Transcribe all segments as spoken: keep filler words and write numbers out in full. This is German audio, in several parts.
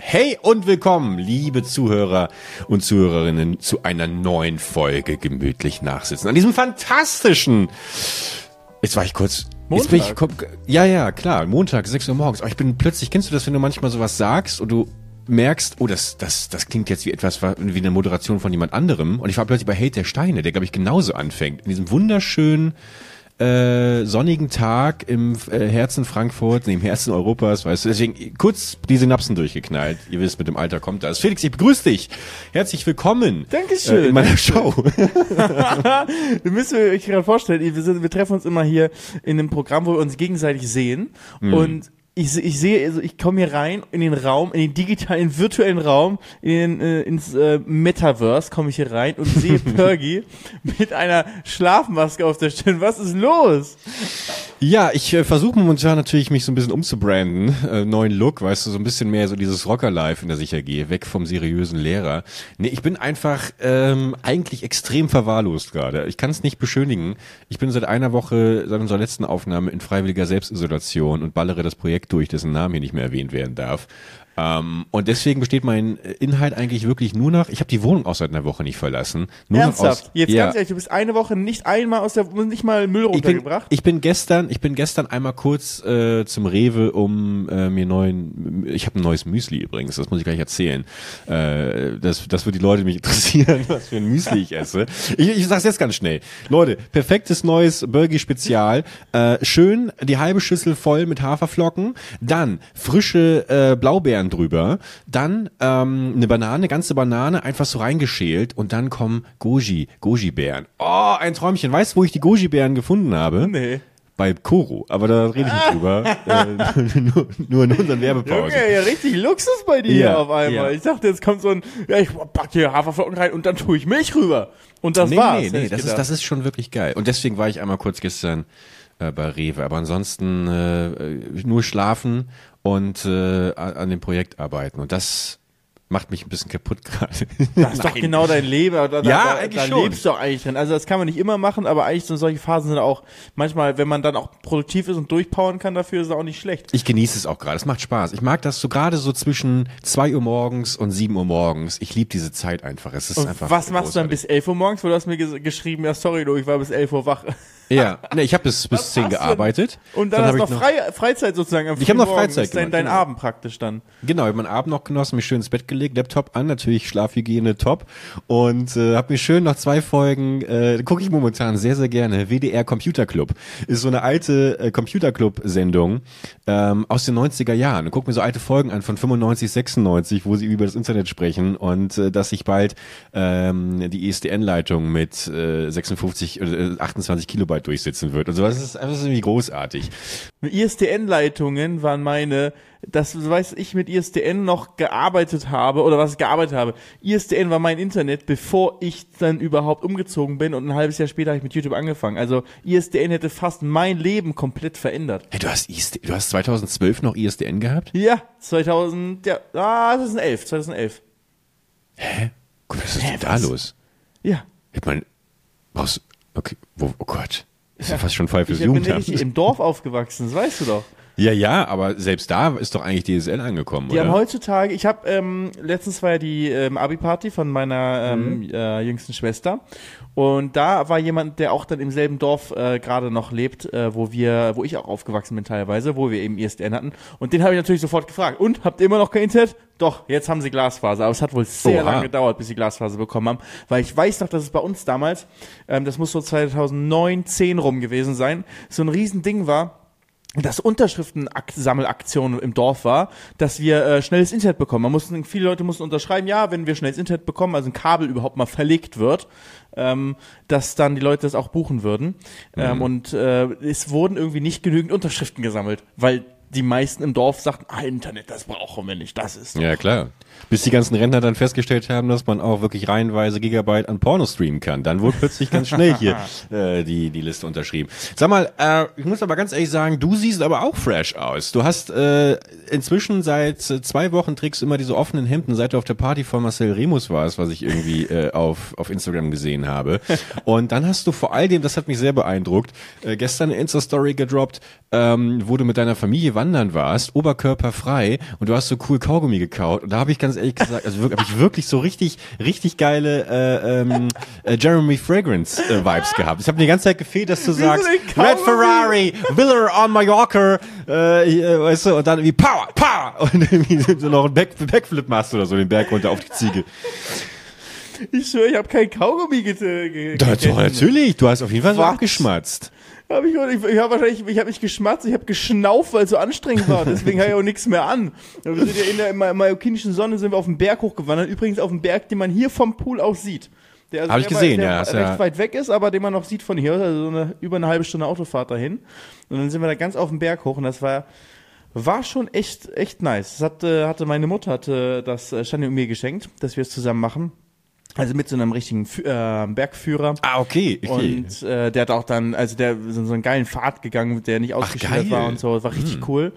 Hey und willkommen, liebe Zuhörer und Zuhörerinnen, zu einer neuen Folge Gemütlich Nachsitzen. An diesem fantastischen, jetzt war ich kurz, Montag. Jetzt bin ich, ja, ja, klar, Montag, sechs Uhr morgens. Aber ich bin plötzlich, kennst du das, wenn du manchmal sowas sagst und du merkst, oh, das, das, das klingt jetzt wie etwas, wie eine Moderation von jemand anderem. Und ich war plötzlich bei Hate der Steine, der, glaube ich, genauso anfängt. In diesem wunderschönen, Äh, sonnigen Tag im äh, Herzen Frankfurt, nee, im Herzen Europas, weißt du, deswegen kurz die Synapsen durchgeknallt. Ihr wisst, mit dem Alter kommt das. Felix, ich begrüße dich. Herzlich willkommen. Dankeschön. Äh, in meiner Show. Wir müssen euch gerade vorstellen, wir, sind, wir treffen uns immer hier in einem Programm, wo wir uns gegenseitig sehen. Mhm. Und ich, ich sehe, also ich komme hier rein in den Raum, in den digitalen, virtuellen Raum, in den, äh, ins äh, Metaverse komme ich hier rein und sehe Pergy mit einer Schlafmaske auf der Stirn. Was ist los? Ja, ich äh, versuche momentan natürlich, mich so ein bisschen umzubranden. Äh, neuen Look, weißt du, so ein bisschen mehr so dieses Rocker-Life, in das ich ja gehe, weg vom seriösen Lehrer. Nee, ich bin einfach ähm, eigentlich extrem verwahrlost gerade. Ich kann es nicht beschönigen. Ich bin seit einer Woche, seit unserer letzten Aufnahme, in freiwilliger Selbstisolation und ballere das Projekt durch, dessen Namen hier nicht mehr erwähnt werden darf. Um, und deswegen besteht mein Inhalt eigentlich wirklich nur noch, ich habe die Wohnung auch seit einer Woche nicht verlassen. Nur Ernsthaft? Noch aus, Jetzt ja. ganz ehrlich, du bist eine Woche nicht einmal aus der, nicht mal Müll runtergebracht? Ich bin, ich bin gestern, ich bin gestern einmal kurz äh, zum Rewe, um äh, mir neuen, ich habe ein neues Müsli übrigens, das muss ich gleich erzählen. Äh, das, das wird die Leute mich interessieren, was für ein Müsli ich esse. Ich, ich sag's jetzt ganz schnell. Leute, perfektes neues Burgi-Spezial. Äh, schön die halbe Schüssel voll mit Haferflocken, dann frische äh, Blaubeeren drüber, dann ähm, eine Banane, eine ganze Banane, einfach so reingeschält und dann kommen Goji, Goji-Beeren. Oh, ein Träumchen. Weißt du, wo ich die Goji-Beeren gefunden habe? Nee. Bei Koro, aber da rede ich nicht drüber. äh, nur, nur in unseren Werbepausen. Junge, ja, richtig Luxus bei dir Ja, hier auf einmal. ja. Ich dachte, jetzt kommt so ein, ja, ich pack hier Haferflocken rein und dann tue ich Milch rüber. Und das nee, war's. nee, hätte nee, ich das ist, gedacht. das ist schon wirklich geil. Und deswegen war ich einmal kurz gestern äh, bei Rewe. Aber ansonsten äh, nur schlafen und äh, an dem Projekt arbeiten. Und das macht mich ein bisschen kaputt gerade. Das ist doch genau dein Leben. Da, da, Ja, da, eigentlich da schon. lebst du doch eigentlich drin. Also das kann man nicht immer machen, aber eigentlich so solche Phasen sind auch manchmal, wenn man dann auch produktiv ist und durchpowern kann dafür, ist es auch nicht schlecht. Ich genieße es auch gerade. Es macht Spaß. Ich mag das so gerade so zwischen zwei Uhr morgens und sieben Uhr morgens. Ich liebe diese Zeit einfach. Es ist Und einfach was machst du dann großartig. bis elf Uhr morgens? Weil du hast mir ges- geschrieben, ja sorry, du, ich war bis elf Uhr wach. Ja, ne, ich habe bis bis Was zehn machst du denn? gearbeitet. Und dann, hab hast du ich noch Frei, Freizeit sozusagen am Ich hab noch frühen Morgen. Freizeit Das ist dein, gemacht, dein genau. Abend praktisch dann. Genau, ich habe meinen Abend noch genossen, mich schön ins Bett gelegt, Laptop an, natürlich Schlafhygiene top und äh, habe mir schön noch zwei Folgen, äh, gucke ich momentan sehr, sehr gerne, W D R Computer Club. Ist so eine alte äh, Computer Club-Sendung ähm, aus den neunziger Jahren. Und guck mir so alte Folgen an von fünfundneunzig, sechsundneunzig, wo sie über das Internet sprechen und äh, dass sich bald ähm, die I S D N-Leitung mit äh, sechsundfünfzig oder äh, achtundzwanzig Kilobyte durchsetzen wird. Und so, das ist einfach irgendwie großartig. I S D N-Leitungen waren meine, das weiß ich mit I S D N noch gearbeitet habe, oder was ich gearbeitet habe. I S D N war mein Internet, bevor ich dann überhaupt umgezogen bin und ein halbes Jahr später habe ich mit YouTube angefangen. Also I S D N hätte fast mein Leben komplett verändert. Hey, du hast I S D, du hast zweitausendzwölf noch I S D N gehabt? Ja, zweitausend, ja, ah, zweitausendelf, zweitausendelf. Hä? Guck, was ist Hä, denn da was? los? Ja. Ich meine, brauchst okay, wo, oh Gott. Ist ja fast schon Fall fürs Ich bin ja Jugendamt. richtig im Dorf aufgewachsen, das weißt du doch. Ja, ja, aber selbst da ist doch eigentlich D S L angekommen, Die oder? haben heutzutage, ich habe, ähm, letztens war ja die ähm, Abi-Party von meiner ähm, Mhm. äh, jüngsten Schwester und da war jemand, der auch dann im selben Dorf äh, gerade noch lebt, äh, wo wir, wo ich auch aufgewachsen bin teilweise, wo wir eben I S D N hatten und den habe ich natürlich sofort gefragt, und, habt ihr immer noch kein Internet? Doch, jetzt haben sie Glasfaser, aber es hat wohl sehr Oha. lange gedauert, bis sie Glasfaser bekommen haben, weil ich weiß noch, dass es bei uns damals, ähm, das muss so zweitausendneun, zehn rum gewesen sein, so ein Riesending war, dass Unterschriftensammelaktion im Dorf war, dass wir äh, schnelles Internet bekommen. Man mussten, viele Leute mussten unterschreiben, ja, wenn wir schnelles Internet bekommen, also ein Kabel überhaupt mal verlegt wird, ähm, dass dann die Leute das auch buchen würden. Mhm. Ähm, und äh, es wurden irgendwie nicht genügend Unterschriften gesammelt, weil die meisten im Dorf sagten, ah, Internet, das brauchen wir nicht, das ist doch. Ja, klar. Bis die ganzen Rentner dann festgestellt haben, dass man auch wirklich reihenweise Gigabyte an Porno streamen kann. Dann wurde plötzlich ganz schnell hier äh, die die Liste unterschrieben. Sag mal, äh, ich muss aber ganz ehrlich sagen, du siehst aber auch fresh aus. Du hast äh, inzwischen seit äh, zwei Wochen trägst du immer diese offenen Hemden, seit du auf der Party von Marcel Remus warst, was ich irgendwie äh, auf auf Instagram gesehen habe. Und dann hast du vor all dem, das hat mich sehr beeindruckt, äh, gestern eine Insta-Story gedroppt, ähm, wo du mit deiner Familie wandern warst, oberkörperfrei und du hast so cool Kaugummi gekaut und da habe ich ganz ehrlich gesagt, also wirklich, habe ich wirklich so richtig, richtig geile äh, ähm, äh, Jeremy Fragrance äh, Vibes gehabt. Ich habe die ganze Zeit gefehlt, dass du sagst, Red Ferrari, Villa on Mallorca, äh, äh, weißt du, und dann wie Power, Power und irgendwie so noch einen Back, Backflip machst oder so den Berg runter auf die Ziege. Ich schwöre, ich habe kein Kaugummi gegessen. Doch, doch, natürlich, du hast auf jeden Fall so Was? abgeschmatzt. Hab ich ich, ich habe wahrscheinlich, ich habe nicht geschmatzt, ich habe geschnauft, weil es so anstrengend war. Deswegen habe ich auch nichts mehr an. Wir sind ja in der, in der mallorquinischen Sonne sind wir auf den Berg hochgewandert. Übrigens auf den Berg, den man hier vom Pool aus sieht. Der also Hab ich gesehen, der ja. recht ja. weit weg ist, aber den man noch sieht von hier. Also so eine, über eine halbe Stunde Autofahrt dahin. Und dann sind wir da ganz auf den Berg hoch und das war war schon echt echt nice. Das hatte, hatte meine Mutter hatte das Shani und mir geschenkt, dass wir es zusammen machen. Also mit so einem richtigen äh, Bergführer. Ah, okay. okay. Und äh, der hat auch dann, also der ist so einen geilen Pfad gegangen, der nicht ausgeschildert war und so. Das war richtig hm. cool.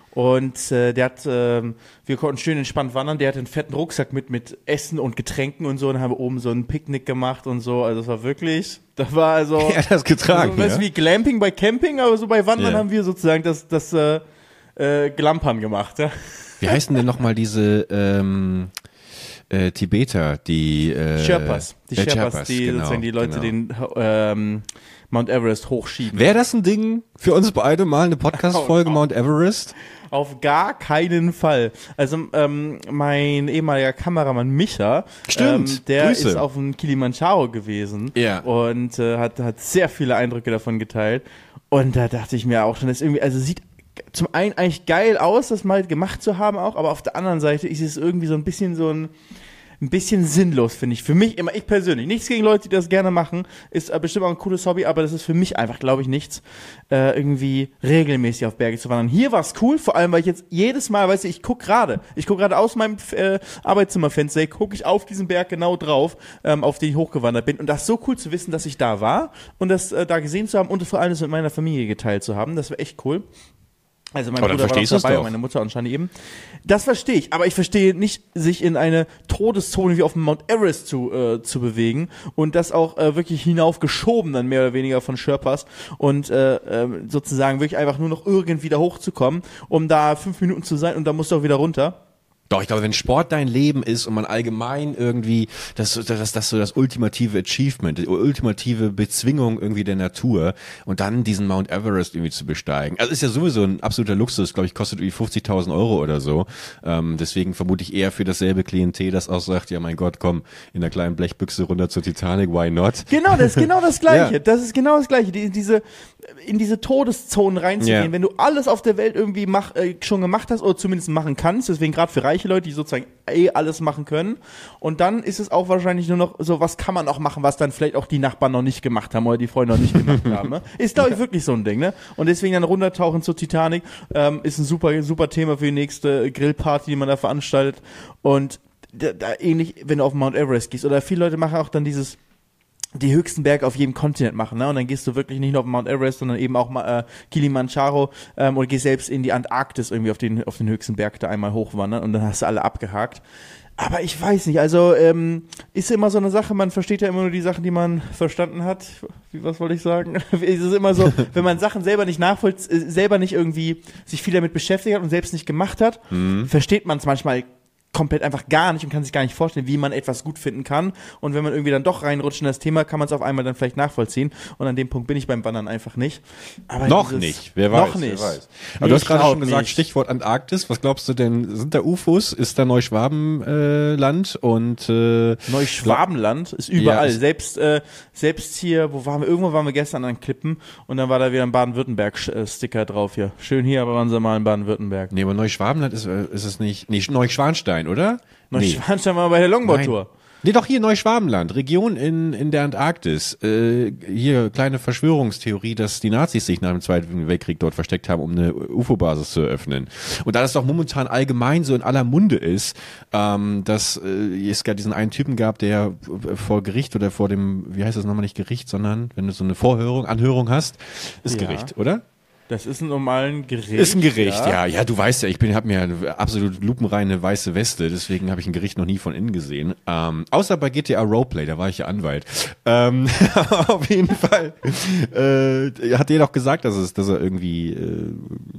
Und äh, der hat, äh, wir konnten schön entspannt wandern. Der hat einen fetten Rucksack mit mit Essen und Getränken und so. Und haben wir oben so ein Picknick gemacht und so. Also das war wirklich, das war also. Er hat das getragen. Also, weißt du, ja? wie Glamping bei Camping, aber so bei Wandern ja. haben wir sozusagen das, das äh, äh, Glampern gemacht. Ja? Wie heißen denn nochmal diese ähm, äh, Tibeter, die äh, Sherpas. Die äh, Sherpas, Sherpas, die genau, sozusagen die Leute genau. den ähm, Mount Everest hochschieben. Wäre das ein Ding für uns beide mal, eine Podcast-Folge Mount Everest? Auf gar keinen Fall. Also ähm, mein ehemaliger Kameramann Micha, Stimmt, ähm, der Grüße. ist auf dem Kilimanjaro gewesen Ja. und äh, hat, hat sehr viele Eindrücke davon geteilt. Und da dachte ich mir auch schon, das ist irgendwie, also sieht zum einen eigentlich geil aus, das mal gemacht zu haben auch, aber auf der anderen Seite ist es irgendwie so ein bisschen so ein ein bisschen sinnlos, finde ich. Für mich immer, ich persönlich. Nichts gegen Leute, die das gerne machen. Ist äh, bestimmt auch ein cooles Hobby, aber das ist für mich einfach, glaube ich, nichts, äh, irgendwie regelmäßig auf Berge zu wandern. Hier war es cool, vor allem, weil ich jetzt jedes Mal, weißt du, ich guck gerade, ich guck gerade aus meinem äh, Arbeitszimmerfenster, gucke ich auf diesen Berg genau drauf, ähm, auf den ich hochgewandert bin. Und das ist so cool zu wissen, dass ich da war und das äh, da gesehen zu haben und vor allem das mit meiner Familie geteilt zu haben. Das war echt cool. Also mein Aber dann Bruder war verstehst noch dabei du's und doch. meine Mutter und Shani eben. Das verstehe ich, aber ich verstehe nicht, sich in eine Todeszone wie auf dem Mount Everest zu, äh, zu bewegen und das auch äh, wirklich hinaufgeschoben dann mehr oder weniger von Sherpas und äh, äh, sozusagen wirklich einfach nur noch irgendwie da hochzukommen, um da fünf Minuten zu sein und dann musst du auch wieder runter. Doch, ich glaube, wenn Sport dein Leben ist und man allgemein irgendwie, das, das, das so das ultimative Achievement, die ultimative Bezwingung irgendwie der Natur und dann diesen Mount Everest irgendwie zu besteigen. Also ist ja sowieso ein absoluter Luxus, glaube ich, kostet irgendwie fünfzigtausend Euro oder so. Ähm, deswegen vermute ich eher für dasselbe Klientel, das auch sagt, ja mein Gott, komm, in der kleinen Blechbüchse runter zur Titanic, why not? Genau, das ist genau das Gleiche. Ja. Das ist genau das Gleiche. Die, diese, in diese Todeszonen reinzugehen, Ja. wenn du alles auf der Welt irgendwie mach, äh, schon gemacht hast oder zumindest machen kannst, deswegen gerade für reiche Leute, die sozusagen eh alles machen können. Und dann ist es auch wahrscheinlich nur noch so, was kann man auch machen, was dann vielleicht auch die Nachbarn noch nicht gemacht haben oder die Freunde noch nicht gemacht haben. Ne? Ist, glaube ich, wirklich so ein Ding. Ne? Und deswegen dann runtertauchen zur Titanic ähm, ist ein super, super Thema für die nächste Grillparty, die man da veranstaltet. Und da, da ähnlich, wenn du auf Mount Everest gehst. Oder viele Leute machen auch dann dieses die höchsten Berge auf jedem Kontinent machen, ne? Und dann gehst du wirklich nicht nur auf Mount Everest, sondern eben auch mal äh, Kilimanjaro ähm, und gehst selbst in die Antarktis irgendwie auf den auf den höchsten Berg da einmal hochwandern und dann hast du alle abgehakt. Aber ich weiß nicht, also ähm, ist immer so eine Sache, man versteht ja immer nur die Sachen, die man verstanden hat. Wie, was wollte ich sagen? Es ist immer so, wenn man Sachen selber nicht nachvollzieht, selber nicht irgendwie sich viel damit beschäftigt hat und selbst nicht gemacht hat, mhm. versteht man es manchmal komplett einfach gar nicht und kann sich gar nicht vorstellen, wie man etwas gut finden kann. Und wenn man irgendwie dann doch reinrutscht in das Thema, kann man es auf einmal dann vielleicht nachvollziehen. Und an dem Punkt bin ich beim Wandern einfach nicht. Aber noch dieses, nicht, wer weiß. Noch nicht. Wer weiß. Aber du hast gerade schon gesagt, nicht. Stichwort Antarktis. Was glaubst du denn, sind da U F Os? Ist da Neuschwabenland? Äh, und äh, Neuschwabenland ist überall. Ja, ist selbst äh, selbst hier, wo waren wir? Irgendwo waren wir gestern an Klippen und dann war da wieder ein Baden-Württemberg-Sticker drauf hier. Schön hier, aber waren sie mal in Baden-Württemberg. Nee, aber Neuschwabenland ist, ist es nicht. Nee, Neuschwanstein, oder? Neuschwanstein nee. war bei der Longboard-Tour. Nee, doch hier Neuschwabenland, Region in, in der Antarktis. Äh, hier kleine Verschwörungstheorie, dass die Nazis sich nach dem Zweiten Weltkrieg dort versteckt haben, um eine U F O-Basis zu eröffnen. Und da das doch momentan allgemein so in aller Munde ist, ähm, dass äh, es gar diesen einen Typen gab, der vor Gericht oder vor dem, wie heißt das nochmal, nicht Gericht, sondern wenn du so eine Vorhörung, Anhörung hast, ist ja. Gericht, oder? Das ist ein normalen Gericht. Ist ein Gericht, ja. Ja, ja du weißt ja, ich bin, habe mir eine absolut lupenreine weiße Weste, deswegen habe ich ein Gericht noch nie von innen gesehen. Ähm, außer bei G T A Roleplay, da war ich ja Anwalt. Ähm, auf jeden Fall äh, hat der doch gesagt, dass es, dass er irgendwie äh,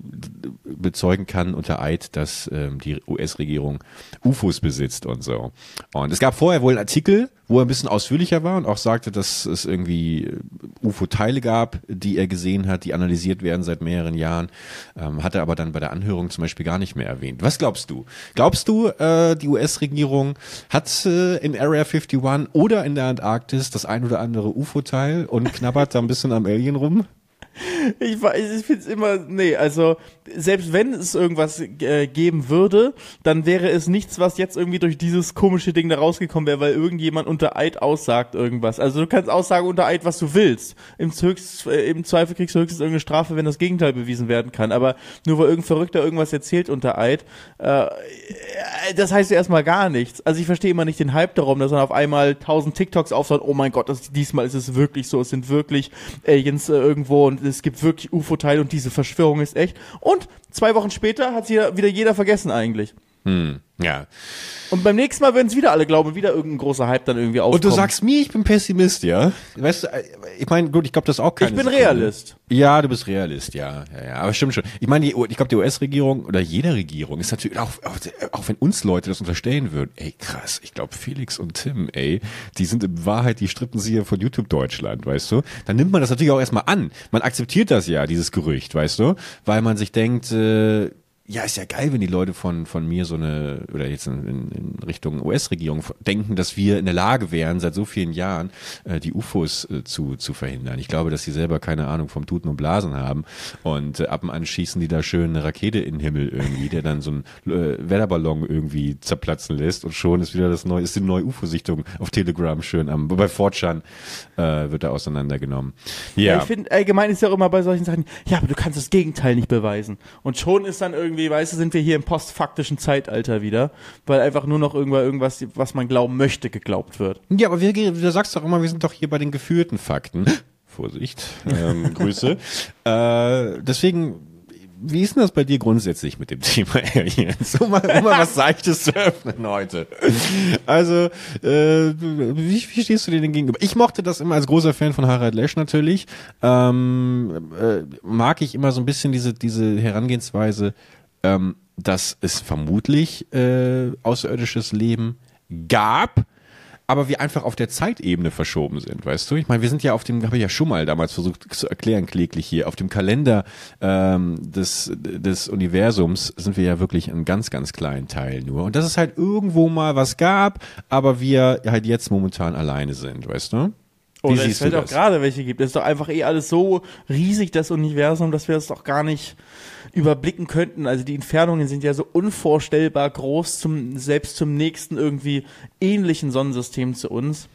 bezeugen kann unter Eid, dass ähm, die U S-Regierung U F Os besitzt und so. Und es gab vorher wohl einen Artikel, wo er ein bisschen ausführlicher war und auch sagte, dass es irgendwie U F O-Teile gab, die er gesehen hat, die analysiert werden seit mehreren Jahren, ähm, hat er aber dann bei der Anhörung zum Beispiel gar nicht mehr erwähnt. Was glaubst du? Glaubst du, äh, die U S-Regierung hat äh, in Area einundfünfzig oder in der Antarktis das ein oder andere U F O-Teil und knabbert da ein bisschen am Alien rum? Ich weiß, ich finde es immer, nee, also selbst wenn es irgendwas äh, geben würde, dann wäre es nichts, was jetzt irgendwie durch dieses komische Ding da rausgekommen wäre, weil irgendjemand unter Eid aussagt irgendwas. Also du kannst aussagen unter Eid, was du willst. Im, höchst, äh, im Zweifel kriegst du höchstens irgendeine Strafe, wenn das Gegenteil bewiesen werden kann. Aber nur weil irgendein Verrückter irgendwas erzählt unter Eid, äh, das heißt ja erstmal gar nichts. Also ich verstehe immer nicht den Hype darum, dass dann auf einmal tausend TikToks auftauchen, oh mein Gott, das, diesmal ist es wirklich so, es sind wirklich Aliens äh, irgendwo und es gibt wirklich U F O-Teile und diese Verschwörung ist echt. Und zwei Wochen später hat sie wieder jeder vergessen eigentlich. Hm, ja. Und beim nächsten Mal werden es wieder alle glauben und wieder irgendein großer Hype dann irgendwie aufkommt. Und du sagst mir, ich bin Pessimist, ja? Weißt du, ich meine, gut, ich glaube, das ist auch keine Ich bin Sekunde. Realist. Ja, du bist Realist, ja, ja, ja, aber stimmt schon. Ich meine, die, ich glaube, die U S-Regierung oder jede Regierung ist natürlich, auch, auch, auch wenn uns Leute das unterstellen würden, ey, krass, ich glaube, Felix und Tim, ey, die sind in Wahrheit die Strippenzieher von YouTube Deutschland, weißt du? Dann nimmt man das natürlich auch erstmal an. Man akzeptiert das ja, dieses Gerücht, weißt du? Weil man sich denkt, äh, ja, ist ja geil, wenn die Leute von von mir so eine, oder jetzt in, in, in Richtung U S-Regierung denken, dass wir in der Lage wären, seit so vielen Jahren äh, die U F Os äh, zu zu verhindern. Ich glaube, dass sie selber keine Ahnung vom Tuten und Blasen haben und äh, ab und an schießen die da schön eine Rakete in den Himmel irgendwie, der dann so einen äh, Wetterballon irgendwie zerplatzen lässt und schon ist wieder das neue, ist die neue U F O-Sichtung auf Telegram schön am, bei vier chan äh, wird da auseinandergenommen. Ja. Ja, ich finde, allgemein ist ja auch immer bei solchen Sachen, ja, aber du kannst das Gegenteil nicht beweisen. Und schon ist dann irgendwie Irgendwie, weißt du, sind wir hier im postfaktischen Zeitalter wieder, weil einfach nur noch irgendwann irgendwas, was man glauben möchte, geglaubt wird. Ja, aber wir, du sagst doch immer, wir sind doch hier bei den gefühlten Fakten. Vorsicht, ähm, Grüße. äh, deswegen, wie ist denn das bei dir grundsätzlich mit dem Thema Aliens? Um mal, um mal was Seichtes zu öffnen heute. Also, äh, wie, wie stehst du dir denn gegenüber? Ich mochte das immer als großer Fan von Harald Lesch natürlich. Ähm, äh, mag ich immer so ein bisschen diese, diese Herangehensweise, ähm, dass es vermutlich äh, außerirdisches Leben gab, aber wir einfach auf der Zeitebene verschoben sind, weißt du? Ich meine, wir sind ja auf dem, habe ich ja schon mal damals versucht zu erklären, kläglich hier, auf dem Kalender ähm, des des Universums sind wir ja wirklich einen ganz, ganz kleinen Teil nur. Und dass es halt irgendwo mal was gab, aber wir halt jetzt momentan alleine sind, weißt du? Wie Oder es siehst du halt auch das? gerade welche gibt. Es ist doch einfach eh alles so riesig, das Universum, dass wir das doch gar nicht überblicken könnten. Also die Entfernungen sind ja so unvorstellbar groß, zum, selbst zum nächsten irgendwie ähnlichen Sonnensystem zu uns.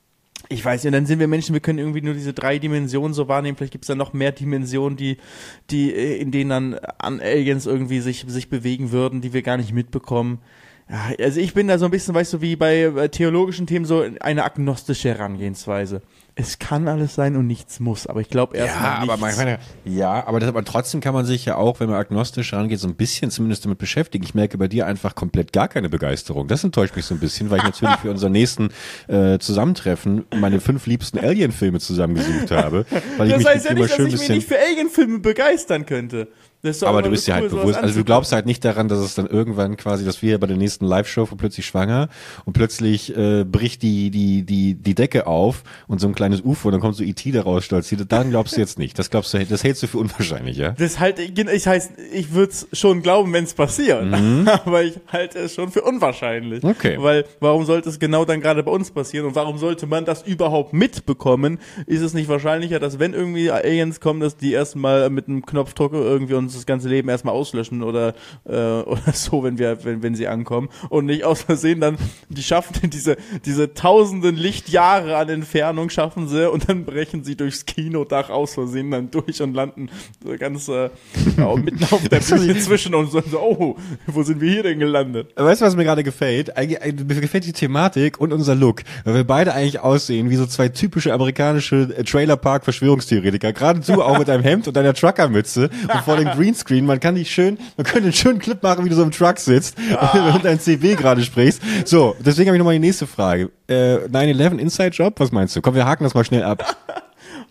Ich weiß nicht, und dann sind wir Menschen, wir können irgendwie nur diese drei Dimensionen so wahrnehmen. Vielleicht gibt es dann noch mehr Dimensionen, die, die, in denen dann an Aliens irgendwie sich, sich bewegen würden, die wir gar nicht mitbekommen. Ja, also ich bin da so ein bisschen, weißt du, wie bei, bei theologischen Themen so eine agnostische Herangehensweise. Es kann alles sein und nichts muss, aber ich glaube erstmal Ja, nichts. aber man, meine, ja, aber, das, aber trotzdem kann man sich ja auch, wenn man agnostisch rangeht, so ein bisschen zumindest damit beschäftigen. Ich merke bei dir einfach komplett gar keine Begeisterung. Das enttäuscht mich so ein bisschen, weil ich natürlich für unser nächsten äh, Zusammentreffen meine fünf liebsten Alien-Filme zusammengesucht habe. Weil ich das mich heißt ja immer nicht, dass schön ich mich bisschen nicht für Alien-Filme begeistern könnte. Das ist doch Aber immer du bist so ja cool, halt sowas bewusst, also du anzugucken. glaubst halt nicht daran, dass es dann irgendwann quasi, dass wir bei der nächsten Live-Show plötzlich schwanger und plötzlich äh, bricht die die die die Decke auf und so ein kleines U F O und dann kommt so E T da raus stolziert. Daran glaubst du jetzt nicht. Das glaubst du, das hältst du für unwahrscheinlich, ja? Das halt, ich heißt, ich würde es schon glauben, wenn es passiert, Mhm. aber ich halte es schon für unwahrscheinlich. Okay. Weil, warum sollte es genau dann gerade bei uns passieren und warum sollte man das überhaupt mitbekommen? Ist es nicht wahrscheinlicher, dass wenn irgendwie Aliens kommen, dass die erstmal mit einem Knopfdruck irgendwie uns das ganze Leben erstmal auslöschen oder äh, oder so, wenn wir wenn, wenn sie ankommen und nicht aus Versehen dann, die schaffen diese diese tausenden Lichtjahre an Entfernung schaffen sie und dann brechen sie durchs Kinodach aus Versehen dann durch und landen so ganz äh, ja, mitten auf der Bühne zwischen uns und so, oh, wo sind wir hier denn gelandet? Weißt du, was mir gerade gefällt? Eigentlich, eigentlich- mir gefällt die Thematik und unser Look, weil wir beide eigentlich aussehen wie so zwei typische amerikanische äh, Trailerpark-Verschwörungstheoretiker. Gerade du auch mit deinem Hemd und deiner Truckermütze und vor dem Greenscreen. Man kann dich schön, man könnte einen schönen Clip machen, wie du so im Truck sitzt und, und dein C B gerade sprichst. So, deswegen habe ich nochmal die nächste Frage. Äh, nine eleven Inside Job, was meinst du? Komm, wir haken das mal schnell ab.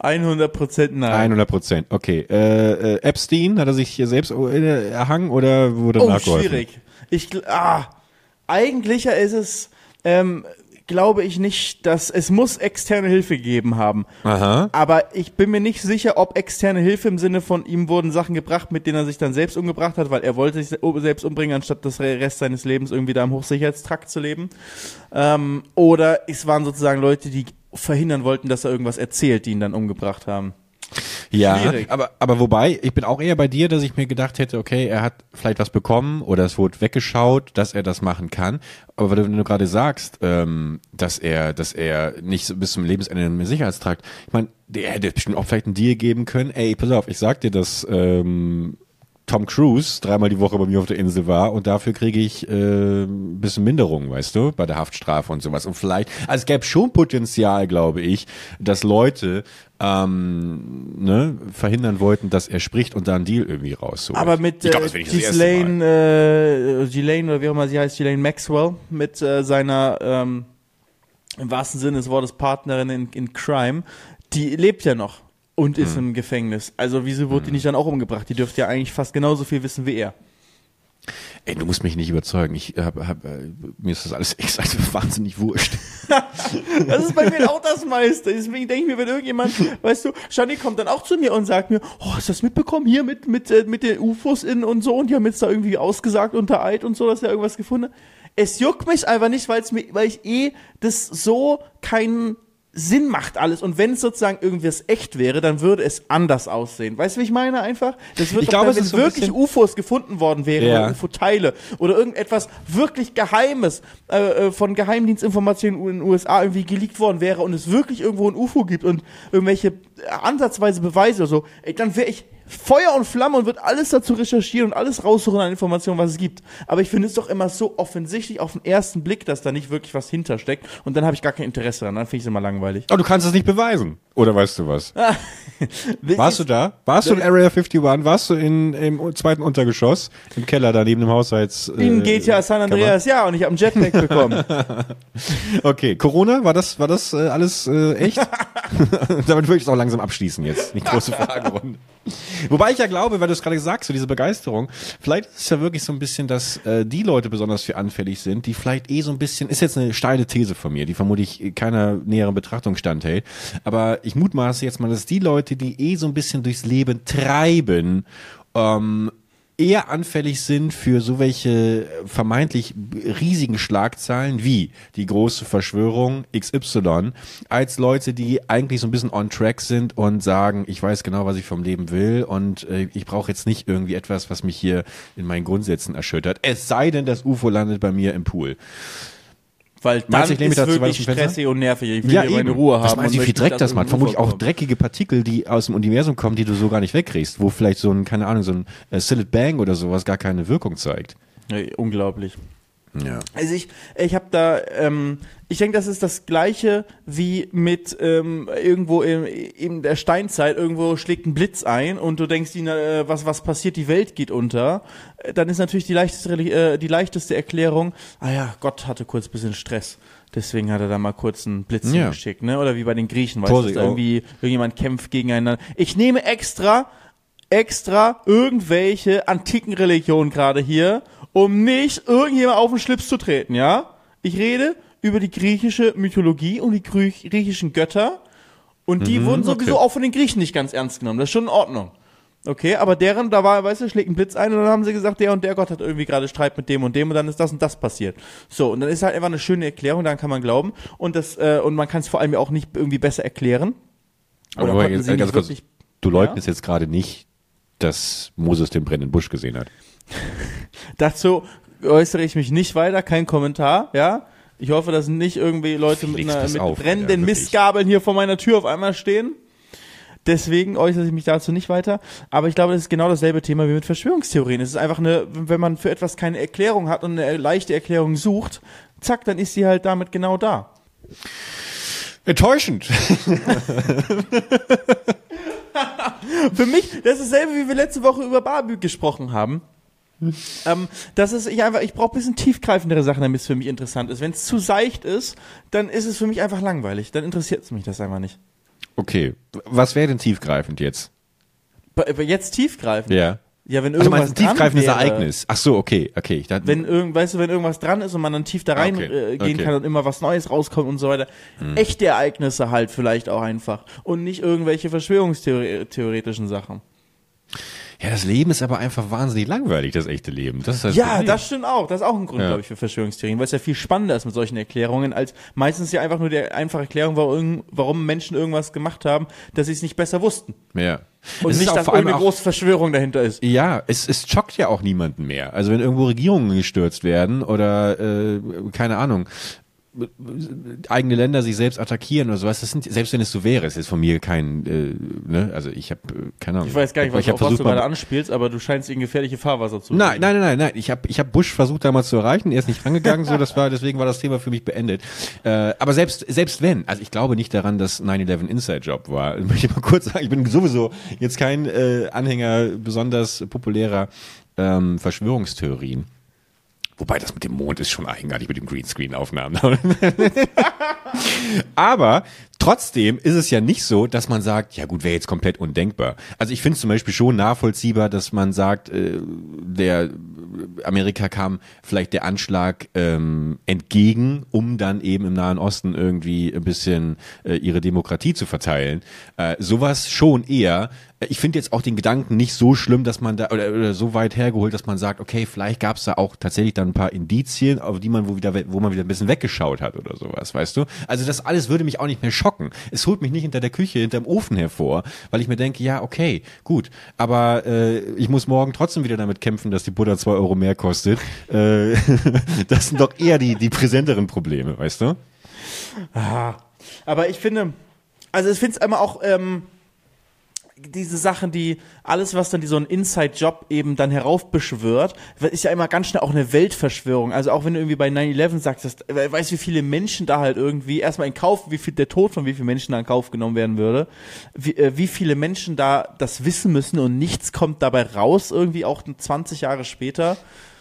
hundert Prozent nein. hundert Prozent, okay. Äh, äh, Epstein, hat er sich hier selbst äh, erhangen oder wurde Oh, nachgeholfen? schwierig. Ich, gl- ah, eigentlicher ist es, ähm, glaube ich nicht, dass es muss externe Hilfe gegeben haben. Aha. Aber ich bin mir nicht sicher, ob externe Hilfe im Sinne von ihm wurden Sachen gebracht, mit denen er sich dann selbst umgebracht hat, weil er wollte sich selbst umbringen, anstatt das Rest seines Lebens irgendwie da im Hochsicherheitstrakt zu leben. Ähm, oder es waren sozusagen Leute, die verhindern wollten, dass er irgendwas erzählt, die ihn dann umgebracht haben. Ja, Schwierig. aber, aber wobei, ich bin auch eher bei dir, dass ich mir gedacht hätte, okay, er hat vielleicht was bekommen oder es wurde weggeschaut, dass er das machen kann. Aber wenn du, wenn du gerade sagst, ähm, dass er, dass er nicht so bis zum Lebensende im Sicherheitstrakt, ich meine, der hätte bestimmt auch vielleicht einen Deal geben können. Ey, pass auf, ich sag dir, dass ähm, Tom Cruise dreimal die Woche bei mir auf der Insel war und dafür kriege ich äh, ein bisschen Minderung, weißt du, bei der Haftstrafe und sowas. Und vielleicht, also es gäbe schon Potenzial, glaube ich, dass Leute ähm, ne, verhindern wollten, dass er spricht und da einen Deal irgendwie rausholt. Aber mit ich glaub, äh, das wäre nicht das erste Mal. Ghislaine, äh, Ghislaine oder wie auch immer sie heißt, Ghislaine Maxwell, mit äh, seiner ähm, im wahrsten Sinne des Wortes Partnerin in, in Crime, die lebt ja noch und ist Hm. im Gefängnis. Also wieso wurde die nicht dann auch umgebracht? Die dürfte ja eigentlich fast genauso viel wissen wie er. Ey, du musst mich nicht überzeugen. Ich hab, hab, äh, mir ist das alles exakt wahnsinnig wurscht. Das ist bei mir auch das meiste. Deswegen denke ich mir, wenn irgendjemand, weißt du, Shani kommt dann auch zu mir und sagt mir, oh, hast du das mitbekommen hier mit, mit, äh, mit den U F Os in und so und die haben jetzt da irgendwie ausgesagt unter Eid und so, dass er irgendwas gefunden hat. Es juckt mich einfach nicht, weil es mir, weil ich eh das so keinen Sinn macht alles. Und wenn es sozusagen irgendwas echt wäre, dann würde es anders aussehen. Weißt du, wie ich meine einfach? Das wird Ich doch glaube, dann, es wenn ist so ein wirklich bisschen- U F Os gefunden worden wären Ja. oder U F O-Teile oder irgendetwas wirklich Geheimes äh, äh, von Geheimdienstinformationen in den U S A irgendwie geleakt worden wäre und es wirklich irgendwo ein U F O gibt und irgendwelche äh, ansatzweise Beweise oder so, ey, dann wäre ich Feuer und Flamme und würde alles dazu recherchieren und alles raussuchen an Informationen, was es gibt. Aber ich finde es doch immer so offensichtlich auf den ersten Blick, dass da nicht wirklich was hintersteckt und dann habe ich gar kein Interesse daran. Dann finde ich es immer langweilig. Aber du kannst es nicht beweisen. Oder weißt du was? Warst du da? Warst du in Area einundfünfzig? Warst du in, im zweiten Untergeschoss? Im Keller da neben dem Haushalts? Äh, In G T A San Andreas, ja, und ich habe einen Jetpack bekommen. Okay, Corona, war das, war das äh, alles äh, echt? Damit würde ich es auch langsam abschließen jetzt. Nicht große Fragerunde. Wobei ich ja glaube, weil du es gerade sagst, so diese Begeisterung, vielleicht ist es ja wirklich so ein bisschen, dass äh, die Leute besonders für anfällig sind, die vielleicht eh so ein bisschen, ist jetzt eine steile These von mir, die vermutlich keiner näheren Betrachtung standhält, aber ich mutmaße jetzt mal, dass die Leute, die eh so ein bisschen durchs Leben treiben, ähm, eher anfällig sind für so welche vermeintlich riesigen Schlagzeilen wie die große Verschwörung X Y, als Leute, die eigentlich so ein bisschen on track sind und sagen, ich weiß genau, was ich vom Leben will und äh, ich brauche jetzt nicht irgendwie etwas, was mich hier in meinen Grundsätzen erschüttert. Es sei denn, das U F O landet bei mir im Pool. Weil dann Meinst du, ich lehne mich ist dazu weit wirklich aus dem Fenster? stressig und nervig. Ich will hier meine Ruhe haben. Was meinst du, und wie viel möchte Dreck nicht, das dass macht? irgendein Vermutlich U F O auch kommt. dreckige Partikel, die aus dem Universum kommen, die du so gar nicht wegkriegst, wo vielleicht so ein, keine Ahnung, so ein äh, Silent Bang oder sowas gar keine Wirkung zeigt. Ja, unglaublich. Ja. Also ich, ich habe da, ähm, ich denke, das ist das Gleiche wie mit ähm, irgendwo in, in der Steinzeit, irgendwo schlägt ein Blitz ein und du denkst, die, äh, was was passiert, die Welt geht unter. Äh, Dann ist natürlich die leichteste, äh, die leichteste Erklärung, ah ja, Gott hatte kurz ein bisschen Stress. Deswegen hat er da mal kurz einen Blitz Ja. geschickt, ne? Oder wie bei den Griechen, weißt du, Vorsicht, dass da irgendwie irgendjemand kämpft gegeneinander. Ich nehme extra, extra irgendwelche antiken Religionen gerade hier, um nicht irgendjemand auf den Schlips zu treten, ja? Ich rede über die griechische Mythologie und die grü- griechischen Götter und die Mhm, wurden sowieso okay. auch von den Griechen nicht ganz ernst genommen. Das ist schon in Ordnung. Okay, aber deren, da war, weißt du, schlägt ein Blitz ein und dann haben sie gesagt, der und der Gott hat irgendwie gerade Streit mit dem und dem und dann ist das und das passiert. So, und dann ist halt einfach eine schöne Erklärung, daran kann man glauben und das, äh, und man kann es vor allem ja auch nicht irgendwie besser erklären. Aber Oder nur konnten jetzt, sie ganz nicht kurz, wirklich- du leugnest jetzt gerade nicht, dass Moses den brennenden Busch gesehen hat. Dazu äußere ich mich nicht weiter, kein Kommentar, ja. Ich hoffe, dass nicht irgendwie Leute mit, Felix, einer, pass mit auf, brennenden Alter, wirklich. Mistgabeln hier vor meiner Tür auf einmal stehen. Deswegen äußere ich mich dazu nicht weiter. Aber ich glaube, das ist genau dasselbe Thema wie mit Verschwörungstheorien. Es ist einfach eine, wenn man für etwas keine Erklärung hat und eine leichte Erklärung sucht, zack, dann ist sie halt damit genau da. Enttäuschend. Für mich, das ist dasselbe, wie wir letzte Woche über Barbie gesprochen haben. ähm, das ist ich einfach, ich brauche ein bisschen tiefgreifendere Sachen, damit es für mich interessant ist. Wenn es zu seicht ist, dann ist es für mich einfach langweilig. Dann interessiert es mich das einfach nicht. Okay. Was wäre denn tiefgreifend jetzt? Jetzt tiefgreifend? Ja. Ja, wenn Also irgendwas meinst du ein tiefgreifendes dran wäre, Ereignis? Ach so, okay, okay. Ich dachte, wenn irgend, weißt du, wenn irgendwas dran ist und man dann tief da rein Okay, äh, gehen okay. kann und immer was Neues rauskommt und so weiter. Hm. Echte Ereignisse halt vielleicht auch einfach. Und nicht irgendwelche verschwörungstheoretischen Sachen. ja, das Leben ist aber einfach wahnsinnig langweilig, das echte Leben. Das ist das Ja, Problem. das stimmt auch. Das ist auch ein Grund, Ja. glaube ich, für Verschwörungstheorien, weil es ja viel spannender ist mit solchen Erklärungen, als meistens ja einfach nur die einfache Erklärung, warum, warum Menschen irgendwas gemacht haben, dass sie es nicht besser wussten. Ja. Und Es ist nicht, auch dass vor allem irgendeine auch- große Verschwörung dahinter ist. Ja, es, es schockt ja auch niemanden mehr. Also wenn irgendwo Regierungen gestürzt werden oder äh, keine Ahnung, eigene Länder sich selbst attackieren oder sowas, das sind, selbst wenn es so wäre, ist jetzt von mir kein, äh, ne, also ich habe keine Ahnung. Ich weiß gar nicht, was, ich hab auf was du versucht, mal- gerade anspielst, aber du scheinst in gefährliche Fahrwasser zu Nein, nein, nein, nein, nein. Ich habe ich hab Bush versucht damals zu erreichen, er ist nicht rangegangen, so das war, deswegen war das Thema für mich beendet. Äh, aber selbst selbst wenn, also ich glaube nicht daran, dass nine eleven Inside Job war. Ich möchte mal kurz sagen, ich bin sowieso jetzt kein äh, Anhänger besonders populärer ähm, Verschwörungstheorien. Wobei das mit dem Mond ist schon eigenartig mit den Greenscreen-Aufnahmen. Aber trotzdem ist es ja nicht so, dass man sagt, ja gut, wäre jetzt komplett undenkbar. Also ich finde es zum Beispiel schon nachvollziehbar, dass man sagt, äh, der Amerika kam vielleicht der Anschlag ähm, entgegen, um dann eben im Nahen Osten irgendwie ein bisschen äh, ihre Demokratie zu verteilen. Äh, sowas schon eher. Ich finde jetzt auch den Gedanken nicht so schlimm, dass man da oder, oder so weit hergeholt, dass man sagt, okay, vielleicht gab es da auch tatsächlich dann ein paar Indizien, auf die man wo wieder wo man wieder ein bisschen weggeschaut hat oder sowas, weißt du? Also das alles würde mich auch nicht mehr schocken. Es holt mich nicht hinter der Küche, hinterm Ofen hervor, weil ich mir denke, ja, okay, gut, aber äh, ich muss morgen trotzdem wieder damit kämpfen, dass die Butter zwei Euro mehr kostet. Äh, das sind doch eher die die präsenteren Probleme, weißt du? Ah, aber ich finde, also ich finde es einmal auch ähm, diese Sachen, die alles, was dann die so ein Inside-Job eben dann heraufbeschwört, ist ja immer ganz schnell auch eine Weltverschwörung. Also auch wenn du irgendwie bei nine eleven sagst, dass, weißt du, wie viele Menschen da halt irgendwie erstmal in Kauf, wie viel der Tod von wie vielen Menschen da in Kauf genommen werden würde, wie, äh, wie viele Menschen da das wissen müssen und nichts kommt dabei raus, irgendwie auch zwanzig Jahre später.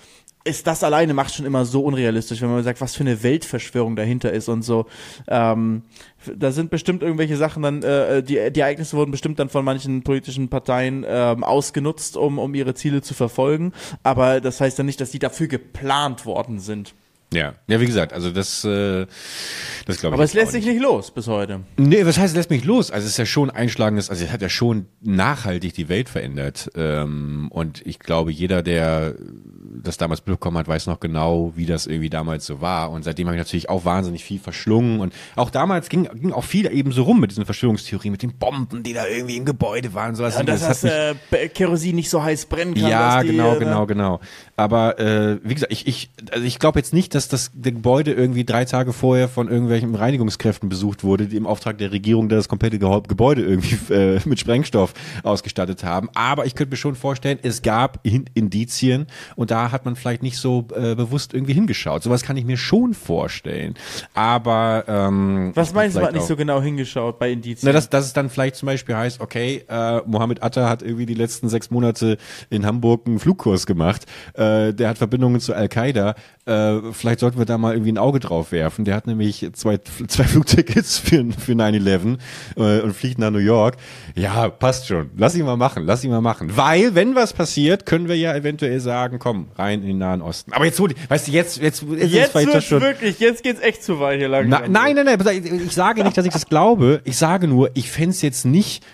Ist das alleine macht schon immer so unrealistisch, wenn man sagt, was für eine Weltverschwörung dahinter ist und so. Ähm, da sind bestimmt irgendwelche Sachen dann, äh, die, die Ereignisse wurden bestimmt dann von manchen politischen Parteien ähm, ausgenutzt, um, um ihre Ziele zu verfolgen. Aber das heißt dann nicht, dass die dafür geplant worden sind. Ja, ja, wie gesagt, also das, äh, das glaube ich. Aber es jetzt lässt auch sich nicht. nicht los bis heute. Nee, was heißt, es lässt mich los? Also es ist ja schon einschlagendes, also es hat ja schon nachhaltig die Welt verändert. Ähm, und ich glaube, jeder, der das damals bekommen hat, weiß noch genau, wie das irgendwie damals so war. Und seitdem habe ich natürlich auch wahnsinnig viel verschlungen. Und auch damals ging, ging auch viel eben so rum mit diesen Verschwörungstheorien, mit den Bomben, die da irgendwie im Gebäude waren. Sowas. Und dass das das, hat mich, äh, Kerosin nicht so heiß brennen kann. ja, dass die, genau, äh, genau, genau. Aber äh, wie gesagt, ich, ich, also ich glaube jetzt nicht, dass das Gebäude irgendwie drei Tage vorher von irgendwelchen Reinigungskräften besucht wurde, die im Auftrag der Regierung das komplette Ge- Gebäude irgendwie äh, mit Sprengstoff ausgestattet haben. Aber ich könnte mir schon vorstellen, es gab In- Indizien und da hat man vielleicht nicht so äh, bewusst irgendwie hingeschaut. Sowas kann ich mir schon vorstellen. Aber ähm, Was meinst du, man hat vielleicht nicht auch- so genau hingeschaut bei Indizien? Na, dass, dass es dann vielleicht zum Beispiel heißt, okay, äh, Mohammed Atta hat irgendwie die letzten sechs Monate in Hamburg einen Flugkurs gemacht. Äh, der hat Verbindungen zu Al-Qaida. Äh, vielleicht sollten wir da mal irgendwie ein Auge drauf werfen. Der hat nämlich zwei, zwei Flugtickets für, für nine eleven äh, und fliegt nach New York. Ja, passt schon. Lass ihn mal machen, lass ihn mal machen. Weil, wenn was passiert, können wir ja eventuell sagen, komm, rein in den Nahen Osten. Aber jetzt, weißt du, jetzt, jetzt, jetzt, ist jetzt vielleicht das wird's schon... wirklich, jetzt geht's echt zu weit hier lang. Na, nein, nein, nein, ich sage nicht, dass ich das glaube. Ich sage nur, ich fänd's jetzt nicht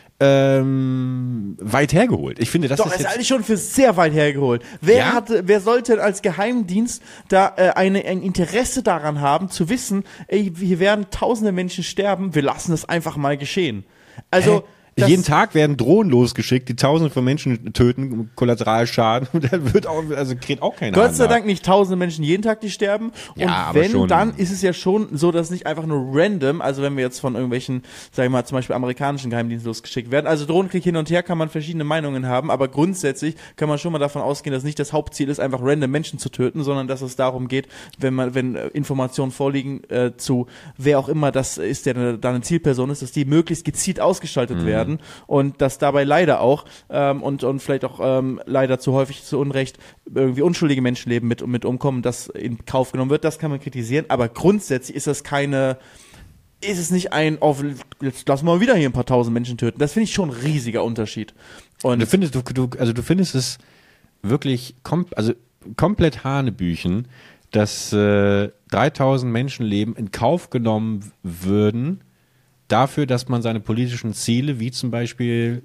ähm, weit hergeholt. Ich finde, das Doch, ist ist jetzt... eigentlich schon für sehr weit hergeholt. Wer Ja? hatte, wer sollte denn als Geheimdienst da äh, eine, ein Interesse daran haben, zu wissen, ey, hier werden tausende Menschen sterben, wir lassen das einfach mal geschehen. Also Hä? das, Jeden Tag werden Drohnen losgeschickt, die tausende von Menschen töten, Kollateralschaden. Und dann wird auch, also kriegt auch keiner Gott sei nach. Dank nicht tausende Menschen jeden Tag, die sterben. Ja, und aber wenn, schon- dann ist es ja schon so, dass nicht einfach nur random, also wenn wir jetzt von irgendwelchen, sag ich mal, zum Beispiel amerikanischen Geheimdiensten losgeschickt werden. Also Drohnenkrieg hin und her kann man verschiedene Meinungen haben, aber grundsätzlich kann man schon mal davon ausgehen, dass nicht das Hauptziel ist, einfach random Menschen zu töten, sondern dass es darum geht, wenn man, wenn äh, Informationen vorliegen äh, zu wer auch immer das ist, der da eine Zielperson ist, dass die möglichst gezielt ausgestaltet werden und dass dabei leider auch ähm, und, und vielleicht auch ähm, leider zu häufig zu Unrecht irgendwie unschuldige Menschenleben mit, mit umkommen, das in Kauf genommen wird, das kann man kritisieren, aber grundsätzlich ist das keine ist es nicht ein, auf, jetzt lassen wir mal wieder hier ein paar tausend Menschen töten. Das finde ich schon ein riesiger Unterschied. Und du findest, du, du, also du findest es wirklich kom also komplett Hanebüchen, dass äh, dreitausend Menschenleben in Kauf genommen würden, dafür, dass man seine politischen Ziele, wie zum Beispiel,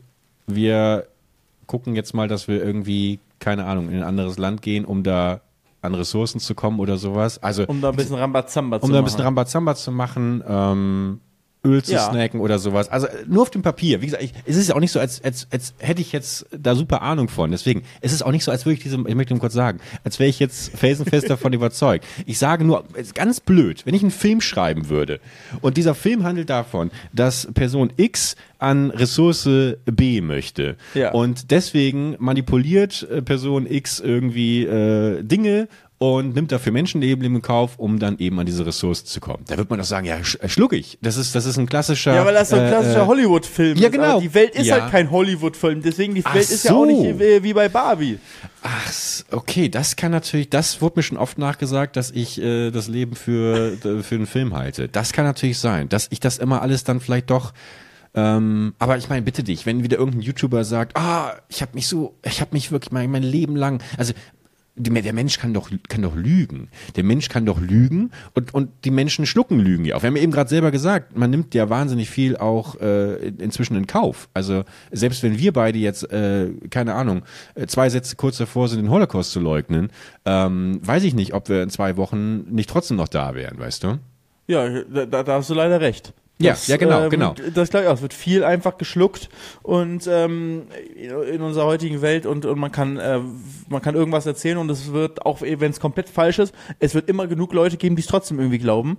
wir gucken jetzt mal, dass wir irgendwie, keine Ahnung, in ein anderes Land gehen, um da an Ressourcen zu kommen oder sowas. Also um da ein bisschen Rambazamba zu machen. Um da ein bisschen Rambazamba zu machen, ähm, Öl zu ja. snacken oder sowas. Also nur auf dem Papier. Wie gesagt, ich, es ist ja auch nicht so, als, als, als hätte ich jetzt da super Ahnung von. Deswegen, es ist auch nicht so, als würde ich diese, ich möchte nur kurz sagen, als wäre ich jetzt felsenfest davon überzeugt. Ich sage nur, es ist ganz blöd, wenn ich einen Film schreiben würde und dieser Film handelt davon, dass Person X an Ressource B möchte ja. und deswegen manipuliert äh, Person X irgendwie äh, Dinge und nimmt dafür Menschenleben in Kauf, um dann eben an diese Ressource zu kommen. Da wird man doch sagen, ja, sch schluck ich. Das ist, das ist ein klassischer... Ja, weil das so ein klassischer äh, Hollywood-Film ja, ist. genau. Aber die Welt ist ja. halt kein Hollywood-Film, deswegen die Ach Welt ist so. ja auch nicht wie, wie bei Barbie. Ach, okay, das kann natürlich, das wurde mir schon oft nachgesagt, dass ich äh, das Leben für, für einen Film halte. Das kann natürlich sein, dass ich das immer alles dann vielleicht doch... Ähm, aber ich meine, bitte dich, wenn wieder irgendein YouTuber sagt, ah, ich habe mich so, ich habe mich wirklich mein, mein Leben lang... also der Mensch kann doch, kann doch lügen. Der Mensch kann doch lügen und, und die Menschen schlucken Lügen ja auch. Wir haben ja eben gerade selber gesagt, man nimmt ja wahnsinnig viel auch äh, inzwischen in Kauf. Also selbst wenn wir beide jetzt, äh, keine Ahnung, zwei Sätze kurz davor sind, den Holocaust zu leugnen, ähm, weiß ich nicht, ob wir in zwei Wochen nicht trotzdem noch da wären, weißt du? Ja, da, da hast du leider recht. Das, ja, ja, genau, ähm, genau. Das glaube ich auch. Es wird viel einfach geschluckt und ähm, in unserer heutigen Welt und, und man kann äh, man kann irgendwas erzählen und es wird, auch wenn es komplett falsch ist, es wird immer genug Leute geben, die es trotzdem irgendwie glauben.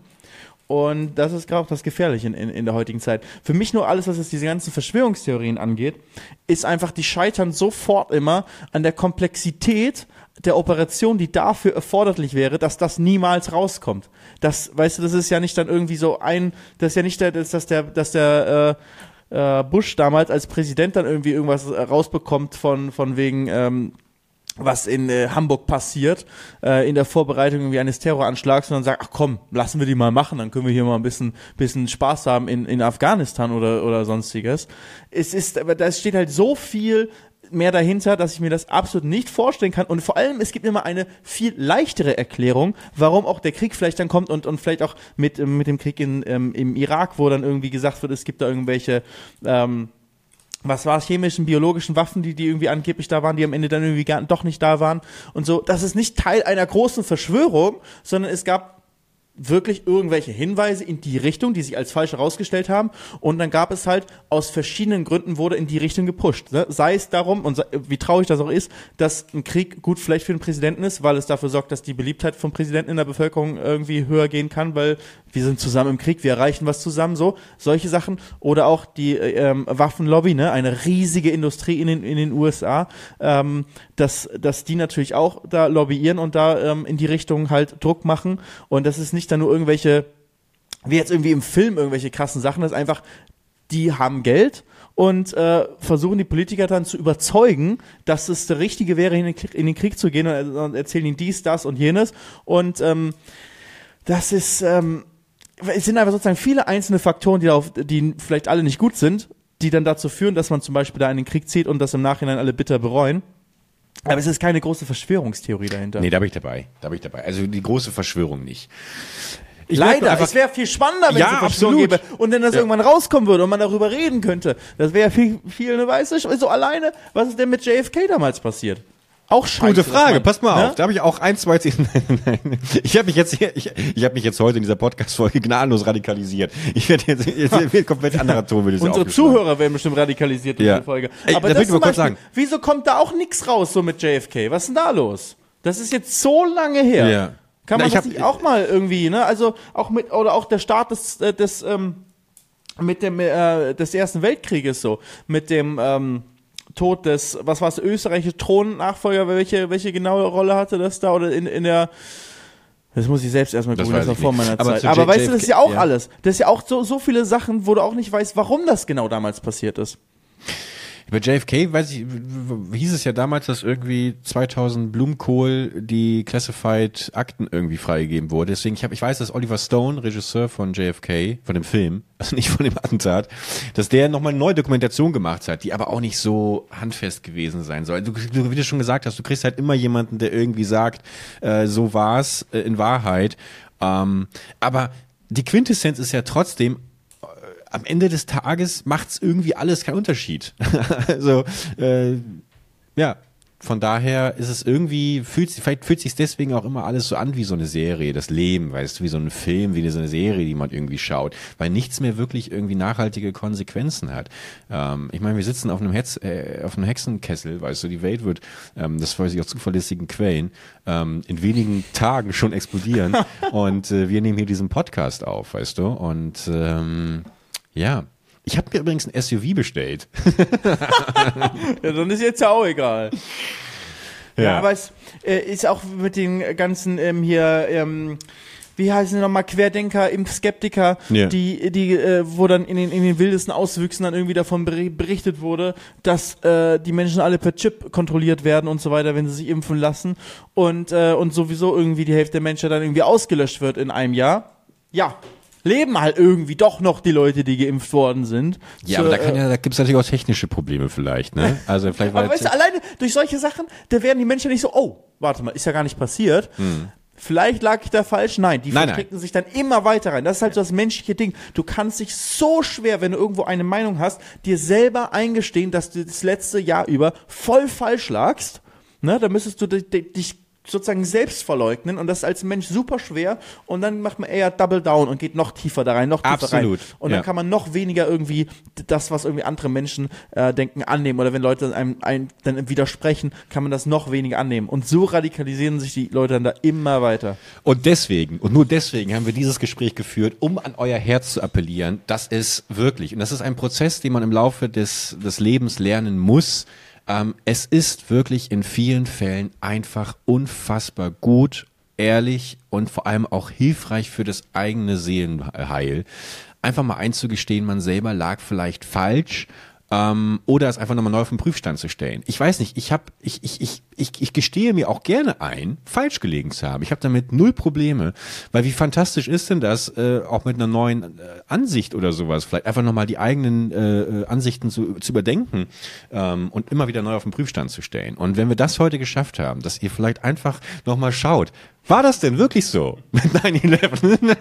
Und das ist gerade auch das Gefährliche in, in, in der heutigen Zeit. Für mich nur alles, was jetzt diese ganzen Verschwörungstheorien angeht, ist einfach, die scheitern sofort immer an der Komplexität der Operation, die dafür erforderlich wäre, dass das niemals rauskommt. Das, weißt du, das ist ja nicht dann irgendwie so ein, das ist ja nicht der, dass, dass der, dass der äh, äh, Bush damals als Präsident dann irgendwie irgendwas rausbekommt von, von wegen, ähm, was in äh, Hamburg passiert, äh, in der Vorbereitung irgendwie eines Terroranschlags und dann sagt, ach komm, lassen wir die mal machen, dann können wir hier mal ein bisschen, bisschen Spaß haben in, in Afghanistan oder, oder sonstiges. Es ist, aber da steht halt so viel mehr dahinter, dass ich mir das absolut nicht vorstellen kann und vor allem, es gibt immer eine viel leichtere Erklärung, warum auch der Krieg vielleicht dann kommt und, und vielleicht auch mit, mit dem Krieg in, ähm, im Irak, wo dann irgendwie gesagt wird, es gibt da irgendwelche ähm, was war es, chemischen, biologischen Waffen, die, die irgendwie angeblich da waren, die am Ende dann irgendwie gar, doch nicht da waren und so. Das ist nicht Teil einer großen Verschwörung, sondern es gab wirklich irgendwelche Hinweise in die Richtung, die sich als falsch herausgestellt haben und dann gab es halt, aus verschiedenen Gründen wurde in die Richtung gepusht. Ne? Sei es darum, und wie traurig das auch ist, dass ein Krieg gut vielleicht für den Präsidenten ist, weil es dafür sorgt, dass die Beliebtheit vom Präsidenten in der Bevölkerung irgendwie höher gehen kann, weil wir sind zusammen im Krieg, wir erreichen was zusammen, so, solche Sachen. Oder auch die ähm, Waffenlobby, ne, eine riesige Industrie in den, in den U S A, ähm, dass, dass die natürlich auch da lobbyieren und da ähm, in die Richtung halt Druck machen und das ist nicht dann nur irgendwelche, wie jetzt irgendwie im Film irgendwelche krassen Sachen, das ist einfach, die haben Geld und äh, versuchen die Politiker dann zu überzeugen, dass es der Richtige wäre, in den Krieg, in den Krieg zu gehen und, und erzählen ihnen dies, das und jenes und ähm, das ist, ähm, es sind einfach sozusagen viele einzelne Faktoren, die, auf, die vielleicht alle nicht gut sind, die dann dazu führen, dass man zum Beispiel da in den Krieg zieht und das im Nachhinein alle bitter bereuen. Aber es ist keine große Verschwörungstheorie dahinter. Nee, da bin ich dabei. Da bin ich dabei. Also die große Verschwörung nicht. Ich Leider, einfach, es wäre viel spannender, wenn ja, es eine Verschwörung absolut. gäbe und wenn das ja. irgendwann rauskommen würde und man darüber reden könnte. Das wäre viel, viel, ne, weißt du, so alleine, was ist denn mit J F K damals passiert? Auch scheiße. Gute Frage, man, pass mal ne? auf. Da habe ich auch ein, zwei, nein, nein. Ich habe mich jetzt hier, ich, ich habe mich jetzt heute in dieser Podcast-Folge gnadenlos radikalisiert. Ich werde jetzt, jetzt wird komplett anderer Ton. Unsere Zuhörer werden bestimmt radikalisiert in ja. dieser Folge. Ey, Aber das das zum Beispiel, sagen, wieso kommt da auch nichts raus so mit J F K? Was ist denn da los? Das ist jetzt so lange her. Ja. Kann Na, man ich das hab, nicht auch mal irgendwie, ne? Also auch mit, oder auch der Start des, äh, des, ähm, mit dem, äh, des Ersten Weltkrieges so, mit dem, ähm, Tod des, was war es, österreichische Thronnachfolger, welche, welche genaue Rolle hatte das da, oder in, in der, das muss ich selbst erstmal gucken, das war vor meiner aber Zeit. Aber J- weißt J F K, du, das ist ja auch ja. alles. Das ist ja auch so, so viele Sachen, wo du auch nicht weißt, warum das genau damals passiert ist. Bei J F K, weiß ich, w- hieß es ja damals, dass irgendwie zweitausend Blumenkohl die Classified Akten irgendwie freigegeben wurde. Deswegen, ich, hab, ich weiß, dass Oliver Stone, Regisseur von J F K, von dem Film, also nicht von dem Attentat, dass der nochmal eine neue Dokumentation gemacht hat, die aber auch nicht so handfest gewesen sein soll. Du, du, wie du schon gesagt hast, du kriegst halt immer jemanden, der irgendwie sagt, äh, so war's äh, in Wahrheit. Ähm, aber die Quintessenz ist ja trotzdem, am Ende des Tages macht's irgendwie alles keinen Unterschied. Also, äh, ja, von daher ist es irgendwie, fühlt, vielleicht fühlt sich deswegen auch immer alles so an wie so eine Serie, das Leben, weißt du, wie so ein Film, wie so eine Serie, die man irgendwie schaut, weil nichts mehr wirklich irgendwie nachhaltige Konsequenzen hat. Ähm, ich meine, wir sitzen auf einem, Hetz, äh, auf einem Hexenkessel, weißt du, die Welt wird, ähm, das weiß ich aus zuverlässigen Quellen, ähm, in wenigen Tagen schon explodieren und äh, wir nehmen hier diesen Podcast auf, weißt du, und ähm, ja, ich habe mir übrigens ein S U V bestellt. Ja, dann ist jetzt ja auch egal. Ja, Ja. aber es äh, ist auch mit den ganzen ähm, hier, ähm, wie heißen die nochmal, Querdenker, Skeptiker, Ja. die, die, äh, wo dann in den, in den wildesten Auswüchsen dann irgendwie davon beri- berichtet wurde, dass äh, die Menschen alle per Chip kontrolliert werden und so weiter, wenn sie sich impfen lassen und, äh, und sowieso irgendwie die Hälfte der Menschen dann irgendwie ausgelöscht wird in einem Jahr. Ja. Leben halt irgendwie doch noch die Leute, die geimpft worden sind. Ja, Zur, aber da, kann äh, ja, da gibt's natürlich auch technische Probleme vielleicht, ne? Also vielleicht war Aber weißt du, alleine durch solche Sachen, da werden die Menschen nicht so, oh, warte mal, ist ja gar nicht passiert. Vielleicht lag ich da falsch. Nein, die Nein, verstricken sich dann immer weiter rein. Das ist halt so das menschliche Ding. Du kannst dich so schwer, wenn du irgendwo eine Meinung hast, dir selber eingestehen, dass du das letzte Jahr über voll falsch lagst. Ne, da müsstest du dich, dich sozusagen selbst verleugnen und das ist als Mensch super schwer und dann macht man eher Double Down und geht noch tiefer da rein, noch tiefer Absolut, rein. Und dann ja. kann man noch weniger irgendwie das, was irgendwie andere Menschen äh, denken, annehmen. Oder wenn Leute einem, einem dann widersprechen, kann man das noch weniger annehmen. Und so radikalisieren sich die Leute dann da immer weiter. Und deswegen, und nur deswegen haben wir dieses Gespräch geführt, um an euer Herz zu appellieren, dass es wirklich, und das ist ein Prozess, den man im Laufe des, des Lebens lernen muss, ähm, es ist wirklich in vielen Fällen einfach unfassbar gut, ehrlich und vor allem auch hilfreich für das eigene Seelenheil, einfach mal einzugestehen, man selber lag vielleicht falsch, ähm, oder es einfach nochmal neu auf den Prüfstand zu stellen. Ich weiß nicht, ich habe, ich, ich, ich, ich, ich gestehe mir auch gerne ein, falsch gelegen zu haben. Ich habe damit null Probleme, weil wie fantastisch ist denn das, äh, auch mit einer neuen äh, Ansicht oder sowas, vielleicht einfach nochmal die eigenen äh, Ansichten zu, zu überdenken ähm, und immer wieder neu auf den Prüfstand zu stellen. Und wenn wir das heute geschafft haben, dass ihr vielleicht einfach nochmal schaut, war das denn wirklich so mit neun elf?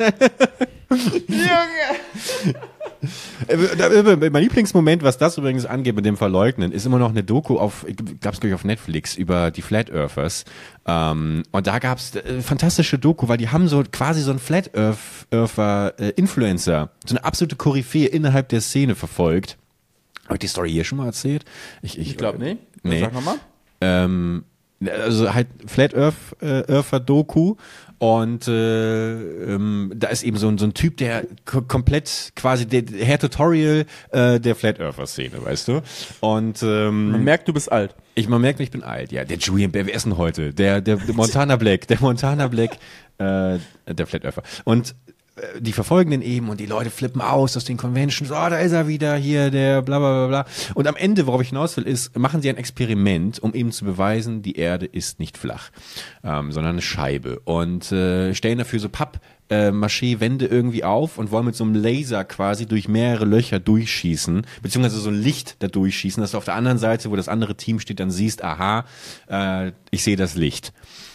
Mein Lieblingsmoment, was das übrigens angeht mit dem Verleugnen, ist immer noch eine Doku auf, gab's glaube ich auf Netflix über die Flat Earthers. Ähm, und da gab's äh, fantastische Doku, weil die haben so quasi so einen Flat Earther äh, Influencer, so eine absolute Koryphäe innerhalb der Szene verfolgt. Habe ich die Story hier schon mal erzählt? Ich, ich, Ich glaube nicht. Nee. Sag nochmal. Ähm, also halt Flat Earth, äh, Earther Doku und äh, ähm, da ist eben so ein, so ein Typ, der k- komplett quasi der Herr Tutorial äh, der Flat Earther Szene, weißt du? Und ähm, Man merkt, du bist alt. ich, man merkt, ich bin alt, ja. Der Julian Bär, wer ist denn heute? Der, der, der Montana Black, der Montana Black, äh, der Flat Earther. Und äh, die verfolgen den eben und die Leute flippen aus aus den Conventions. Oh, da ist er wieder, hier, der bla bla bla bla. Und am Ende, worauf ich hinaus will, ist, machen sie ein Experiment, um eben zu beweisen, die Erde ist nicht flach, ähm, sondern eine Scheibe. Und äh, stellen dafür so Papp, äh, Maché-Wände irgendwie auf und wollen mit so einem Laser quasi durch mehrere Löcher durchschießen, beziehungsweise so ein Licht da durchschießen, dass du auf der anderen Seite, wo das andere Team steht, dann siehst, aha, äh, ich sehe das Licht.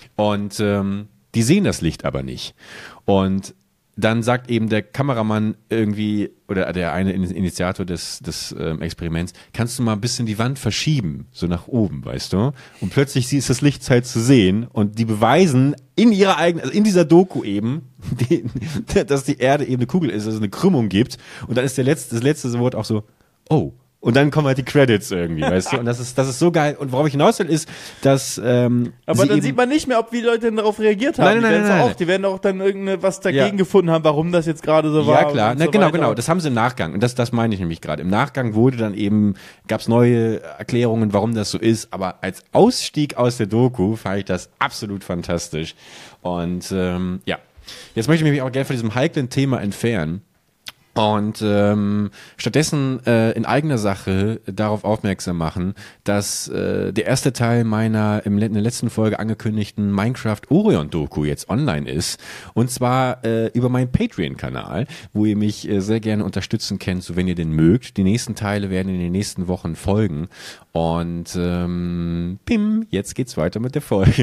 Und ähm, die sehen das Licht aber nicht. Und dann sagt eben der Kameramann irgendwie, oder der eine Initiator des, des ähm, Experiments, kannst du mal ein bisschen die Wand verschieben, so nach oben, weißt du? Und plötzlich ist das Licht halt zu sehen und die beweisen in ihrer eigenen, also in dieser Doku eben, die, dass die Erde eben eine Kugel ist, dass es eine Krümmung gibt. Und dann ist der letzte, das letzte Wort auch so, oh. Und dann kommen halt die Credits irgendwie, weißt du? Und das ist, das ist so geil. Und worauf ich hinaus will, ist, dass ähm, Aber sie dann eben, sieht man nicht mehr, ob wie Leute darauf reagiert haben. Nein, nein, die, nein, werden's nein, auch, nein. die werden auch dann irgendwas dagegen Ja. gefunden haben, warum das jetzt gerade so war. Ja, klar. und Na, so genau, weiter. genau. Das haben sie im Nachgang. Und das, das meine ich nämlich gerade. Im Nachgang wurde dann eben, gab es neue Erklärungen, warum das so ist. Aber als Ausstieg aus der Doku fand ich das absolut fantastisch. Und ähm, ja, jetzt möchte ich mich auch gerne von diesem heiklen Thema entfernen. Und ähm, stattdessen äh, in eigener Sache darauf aufmerksam machen, dass äh, der erste Teil meiner im, in der letzten Folge angekündigten Minecraft Orion-Doku jetzt online ist. Und zwar äh, über meinen Patreon-Kanal, wo ihr mich äh, sehr gerne unterstützen könnt, so wenn ihr den mögt. Die nächsten Teile werden in den nächsten Wochen folgen. Und ähm, bim, jetzt geht's weiter mit der Folge.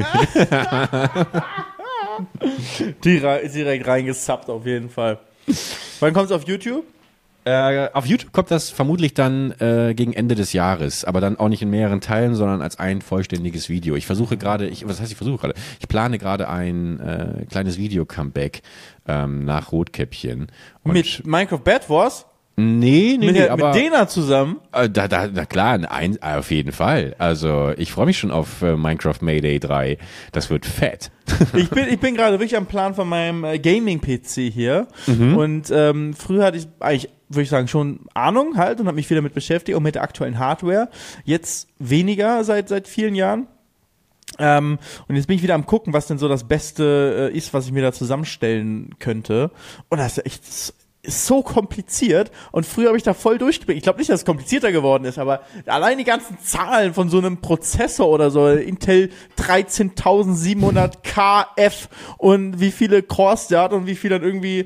Direkt, direkt reingesappt auf jeden Fall. Wann kommt's auf YouTube? Äh, auf YouTube kommt das vermutlich dann äh, gegen Ende des Jahres, aber dann auch nicht in mehreren Teilen, sondern als ein vollständiges Video. Ich versuche gerade, ich, was heißt ich versuche gerade? Ich plane gerade ein äh, kleines Video-Comeback ähm, nach Rotkäppchen. Und Mit Minecraft Bad Wars? Nee, nee, mit, nee, der, aber mit Dena zusammen? Äh, da, da, na klar, ein, auf jeden Fall. Also ich freue mich schon auf äh, Minecraft Mayday drei. Das wird fett. Ich bin, ich bin gerade wirklich am Plan von meinem äh, Gaming-P C hier. Mhm. Und ähm, früher hatte ich eigentlich, würde ich sagen, schon Ahnung halt und habe mich viel damit beschäftigt und mit der aktuellen Hardware. Jetzt weniger seit seit vielen Jahren. Ähm, und jetzt bin ich wieder am gucken, was denn so das Beste äh, ist, was ich mir da zusammenstellen könnte. Und das ist echt ist so kompliziert und früher habe ich da voll durchgeblickt. Ich glaube nicht, dass es komplizierter geworden ist, aber allein die ganzen Zahlen von so einem Prozessor oder so, Intel dreizehntausendsiebenhundert K F und wie viele Cores der hat und wie viele dann irgendwie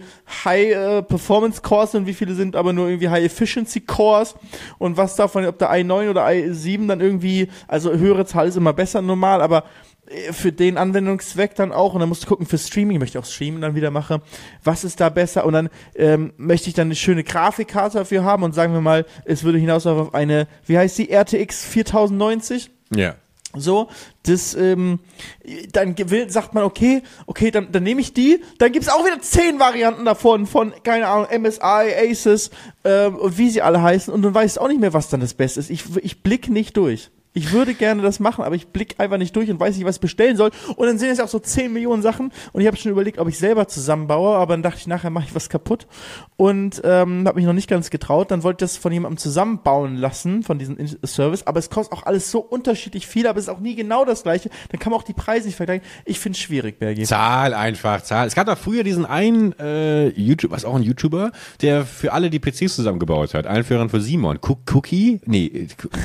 High-Performance-Cores sind, wie viele sind aber nur irgendwie High-Efficiency-Cores und was davon, ob der i neun oder i sieben dann irgendwie, also höhere Zahl ist immer besser normal, aber für den Anwendungszweck dann auch, und dann musst du gucken, für Streaming, möchte ich auch Streaming dann wieder machen, was ist da besser, und dann ähm, möchte ich dann eine schöne Grafikkarte dafür haben, und sagen wir mal, es würde hinaus auf eine, wie heißt die, R T X viertausend neunzig? Ja. So, das, ähm, dann will, sagt man, okay, okay, dann, dann nehme ich die, dann gibt's auch wieder zehn Varianten davon, von, keine Ahnung, M S I, Asus, ähm, und wie sie alle heißen, und du weißt auch nicht mehr, was dann das Beste ist. Ich, ich blick nicht durch. Ich würde gerne das machen, aber ich blick einfach nicht durch und weiß nicht, was ich bestellen soll. Und dann sind es ja auch so zehn Millionen Sachen. Und ich habe schon überlegt, ob ich selber zusammenbaue, aber dann dachte ich, nachher mache ich was kaputt. Und ähm, habe mich noch nicht ganz getraut. Dann wollte ich das von jemandem zusammenbauen lassen, von diesem Service. Aber es kostet auch alles so unterschiedlich viel, aber es ist auch nie genau das Gleiche. Dann kann man auch die Preise nicht vergleichen. Ich finde es schwierig, Bergi. Zahl einfach, Zahl. Es gab doch früher diesen einen äh, YouTube, was auch ein YouTuber, der für alle die P Cs zusammengebaut hat. Allen Führern für Simon. Cookie? Nee,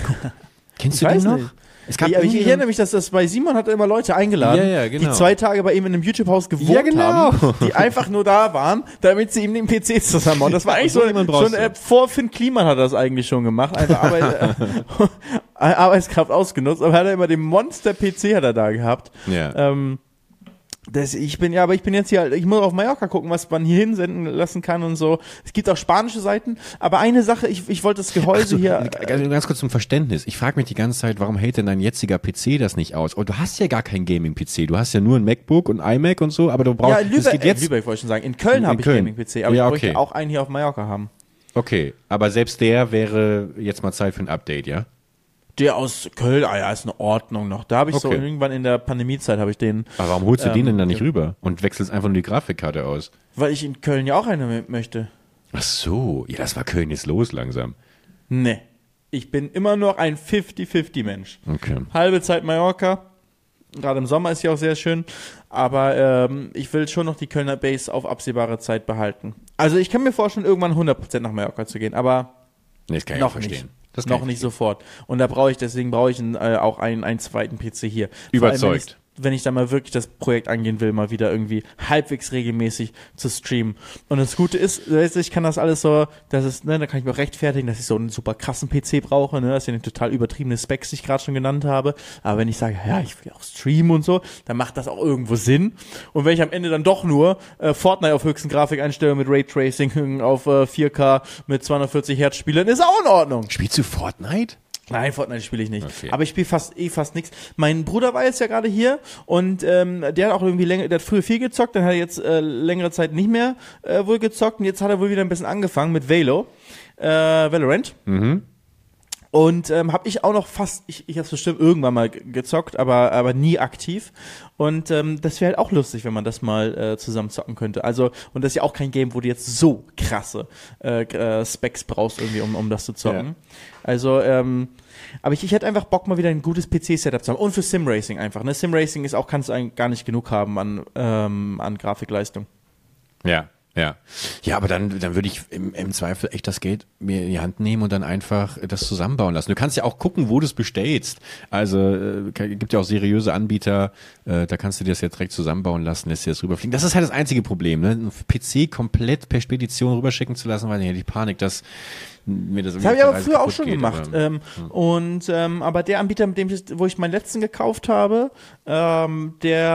kennst du den noch? Nicht. Es gab ja, ich, ich erinnere mich, dass das bei Simon hat er immer Leute eingeladen, ja, ja, genau. die zwei Tage bei ihm in einem YouTube-Haus gewohnt ja, genau. haben, die einfach nur da waren, damit sie ihm den P C zusammenbauen. Das war eigentlich so, schon äh, vor Finn Kliman hat er das eigentlich schon gemacht, einfach Arbeit, äh, Arbeitskraft ausgenutzt, aber hat er immer den Monster-P C hat er da gehabt. Ja. Ähm, Das, ich bin ja, aber ich bin jetzt hier, ich muss auf Mallorca gucken, was man hier hinsenden lassen kann und so. Es gibt auch spanische Seiten, aber eine Sache, ich, ich wollte das Gehäuse so, hier. Ganz, ganz kurz zum Verständnis. Ich frage mich die ganze Zeit, warum hält denn dein jetziger P C das nicht aus? Oh, du hast ja gar kein Gaming-P C, du hast ja nur ein MacBook und iMac und so, aber du brauchst. Ja, in Lübeck, das geht jetzt, äh, in Lübeck wollte ich schon sagen. In Köln habe ich Gaming-P C, aber ja, ich okay. bräuchte auch einen hier auf Mallorca haben. Okay, aber selbst der wäre jetzt mal Zeit für ein Update, ja? Der aus Köln, ah ja, ist eine Ordnung noch. Da habe ich Okay. so irgendwann in der Pandemiezeit habe ich den. Aber warum holst du ähm, den denn dann nicht rüber und wechselst einfach nur die Grafikkarte aus? Weil ich in Köln ja auch eine mit möchte. Ach so, ja, das war Köln jetzt los langsam. Nee. Ich bin immer noch ein fünfzig fünfzig Mensch. Okay. Halbe Zeit Mallorca. Gerade im Sommer ist ja auch sehr schön. Aber ähm, ich will schon noch die Kölner Base auf absehbare Zeit behalten. Also ich kann mir vorstellen, irgendwann hundert Prozent nach Mallorca zu gehen, aber Nee, das kann ich noch verstehen. nicht. Das kann noch ich nicht sofort. Und da brauche ich, deswegen brauche ich einen, äh, auch einen, einen zweiten P C hier. Überzeugt. Vor allem, wenn ich, wenn ich dann mal wirklich das Projekt angehen will, mal wieder irgendwie halbwegs regelmäßig zu streamen. Und das Gute ist, ich kann das alles so, das ist, ne, da kann ich mir auch rechtfertigen, dass ich so einen super krassen P C brauche, ne, das sind ja total übertriebene Specs, die ich gerade schon genannt habe. Aber wenn ich sage, ja, ich will auch streamen und so, dann macht das auch irgendwo Sinn. Und wenn ich am Ende dann doch nur äh, Fortnite auf höchsten Grafikeinstellungen mit Raytracing auf äh, vier K mit zweihundertvierzig Hertz spiele, dann ist auch in Ordnung. Spielst du Fortnite? Nein, Fortnite spiele ich nicht. Okay. Aber ich spiele fast eh fast nichts. Mein Bruder war jetzt ja gerade hier und ähm, der hat auch irgendwie länger, der hat früher viel gezockt, dann hat er jetzt äh, längere Zeit nicht mehr äh, wohl gezockt und jetzt hat er wohl wieder ein bisschen angefangen mit Valo, äh, Valorant. Mhm. Und ähm, habe ich auch noch fast, ich, ich habe es bestimmt irgendwann mal ge- gezockt, aber aber nie aktiv. Und ähm, das wäre halt auch lustig, wenn man das mal äh, zusammen zocken könnte. Also, und das ist ja auch kein Game, wo du jetzt so krasse äh, äh, Specs brauchst, irgendwie, um, um das zu zocken. Ja. Also, ähm, aber ich, ich hätte einfach Bock, mal wieder ein gutes P C-Setup zu haben. Und für Sim-Racing einfach. Ne? Sim-Racing ist auch, kannst du eigentlich gar nicht genug haben an, ähm, an Grafikleistung. Ja. Ja, ja, aber dann, dann würde ich im, im Zweifel echt das Geld mir in die Hand nehmen und dann einfach das zusammenbauen lassen. Du kannst ja auch gucken, wo du es bestellst. Also äh, gibt ja auch seriöse Anbieter, äh, da kannst du dir das ja direkt zusammenbauen lassen, lässt dir das rüberfliegen. Das ist halt das einzige Problem, ne? Ein P C komplett per Spedition rüberschicken zu lassen, weil ich hätte die Panik, dass mir das Das habe ich aber früher auch schon geht, gemacht. Aber, ähm, hm. Und ähm, aber der Anbieter, mit dem ich, wo ich meinen letzten gekauft habe, ähm,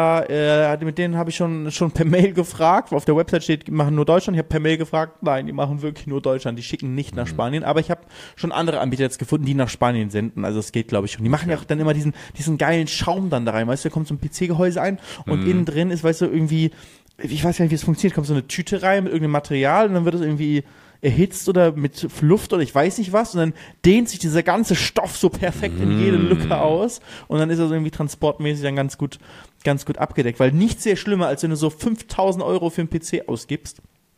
der, äh, mit denen habe ich schon schon per Mail gefragt. Auf der Website steht, die machen nur Deutschland. Ich habe per Mail gefragt, nein, die machen wirklich nur Deutschland. Die schicken nicht nach mhm. Spanien. Aber ich habe schon andere Anbieter jetzt gefunden, die nach Spanien senden. Also es geht, glaube ich, schon. Die machen ja auch dann immer diesen diesen geilen Schaum dann da rein. Weißt du, da kommt so ein P C-Gehäuse ein und mhm. innen drin ist, weißt du, irgendwie, ich weiß gar nicht, wie es funktioniert, kommt so eine Tüte rein mit irgendeinem Material und dann wird es irgendwie erhitzt oder mit Luft oder ich weiß nicht was und dann dehnt sich dieser ganze Stoff so perfekt in jede Lücke aus und dann ist er so irgendwie transportmäßig dann ganz gut, ganz gut abgedeckt, weil nichts sehr schlimmer, als wenn du so fünftausend Euro für einen P C ausgibst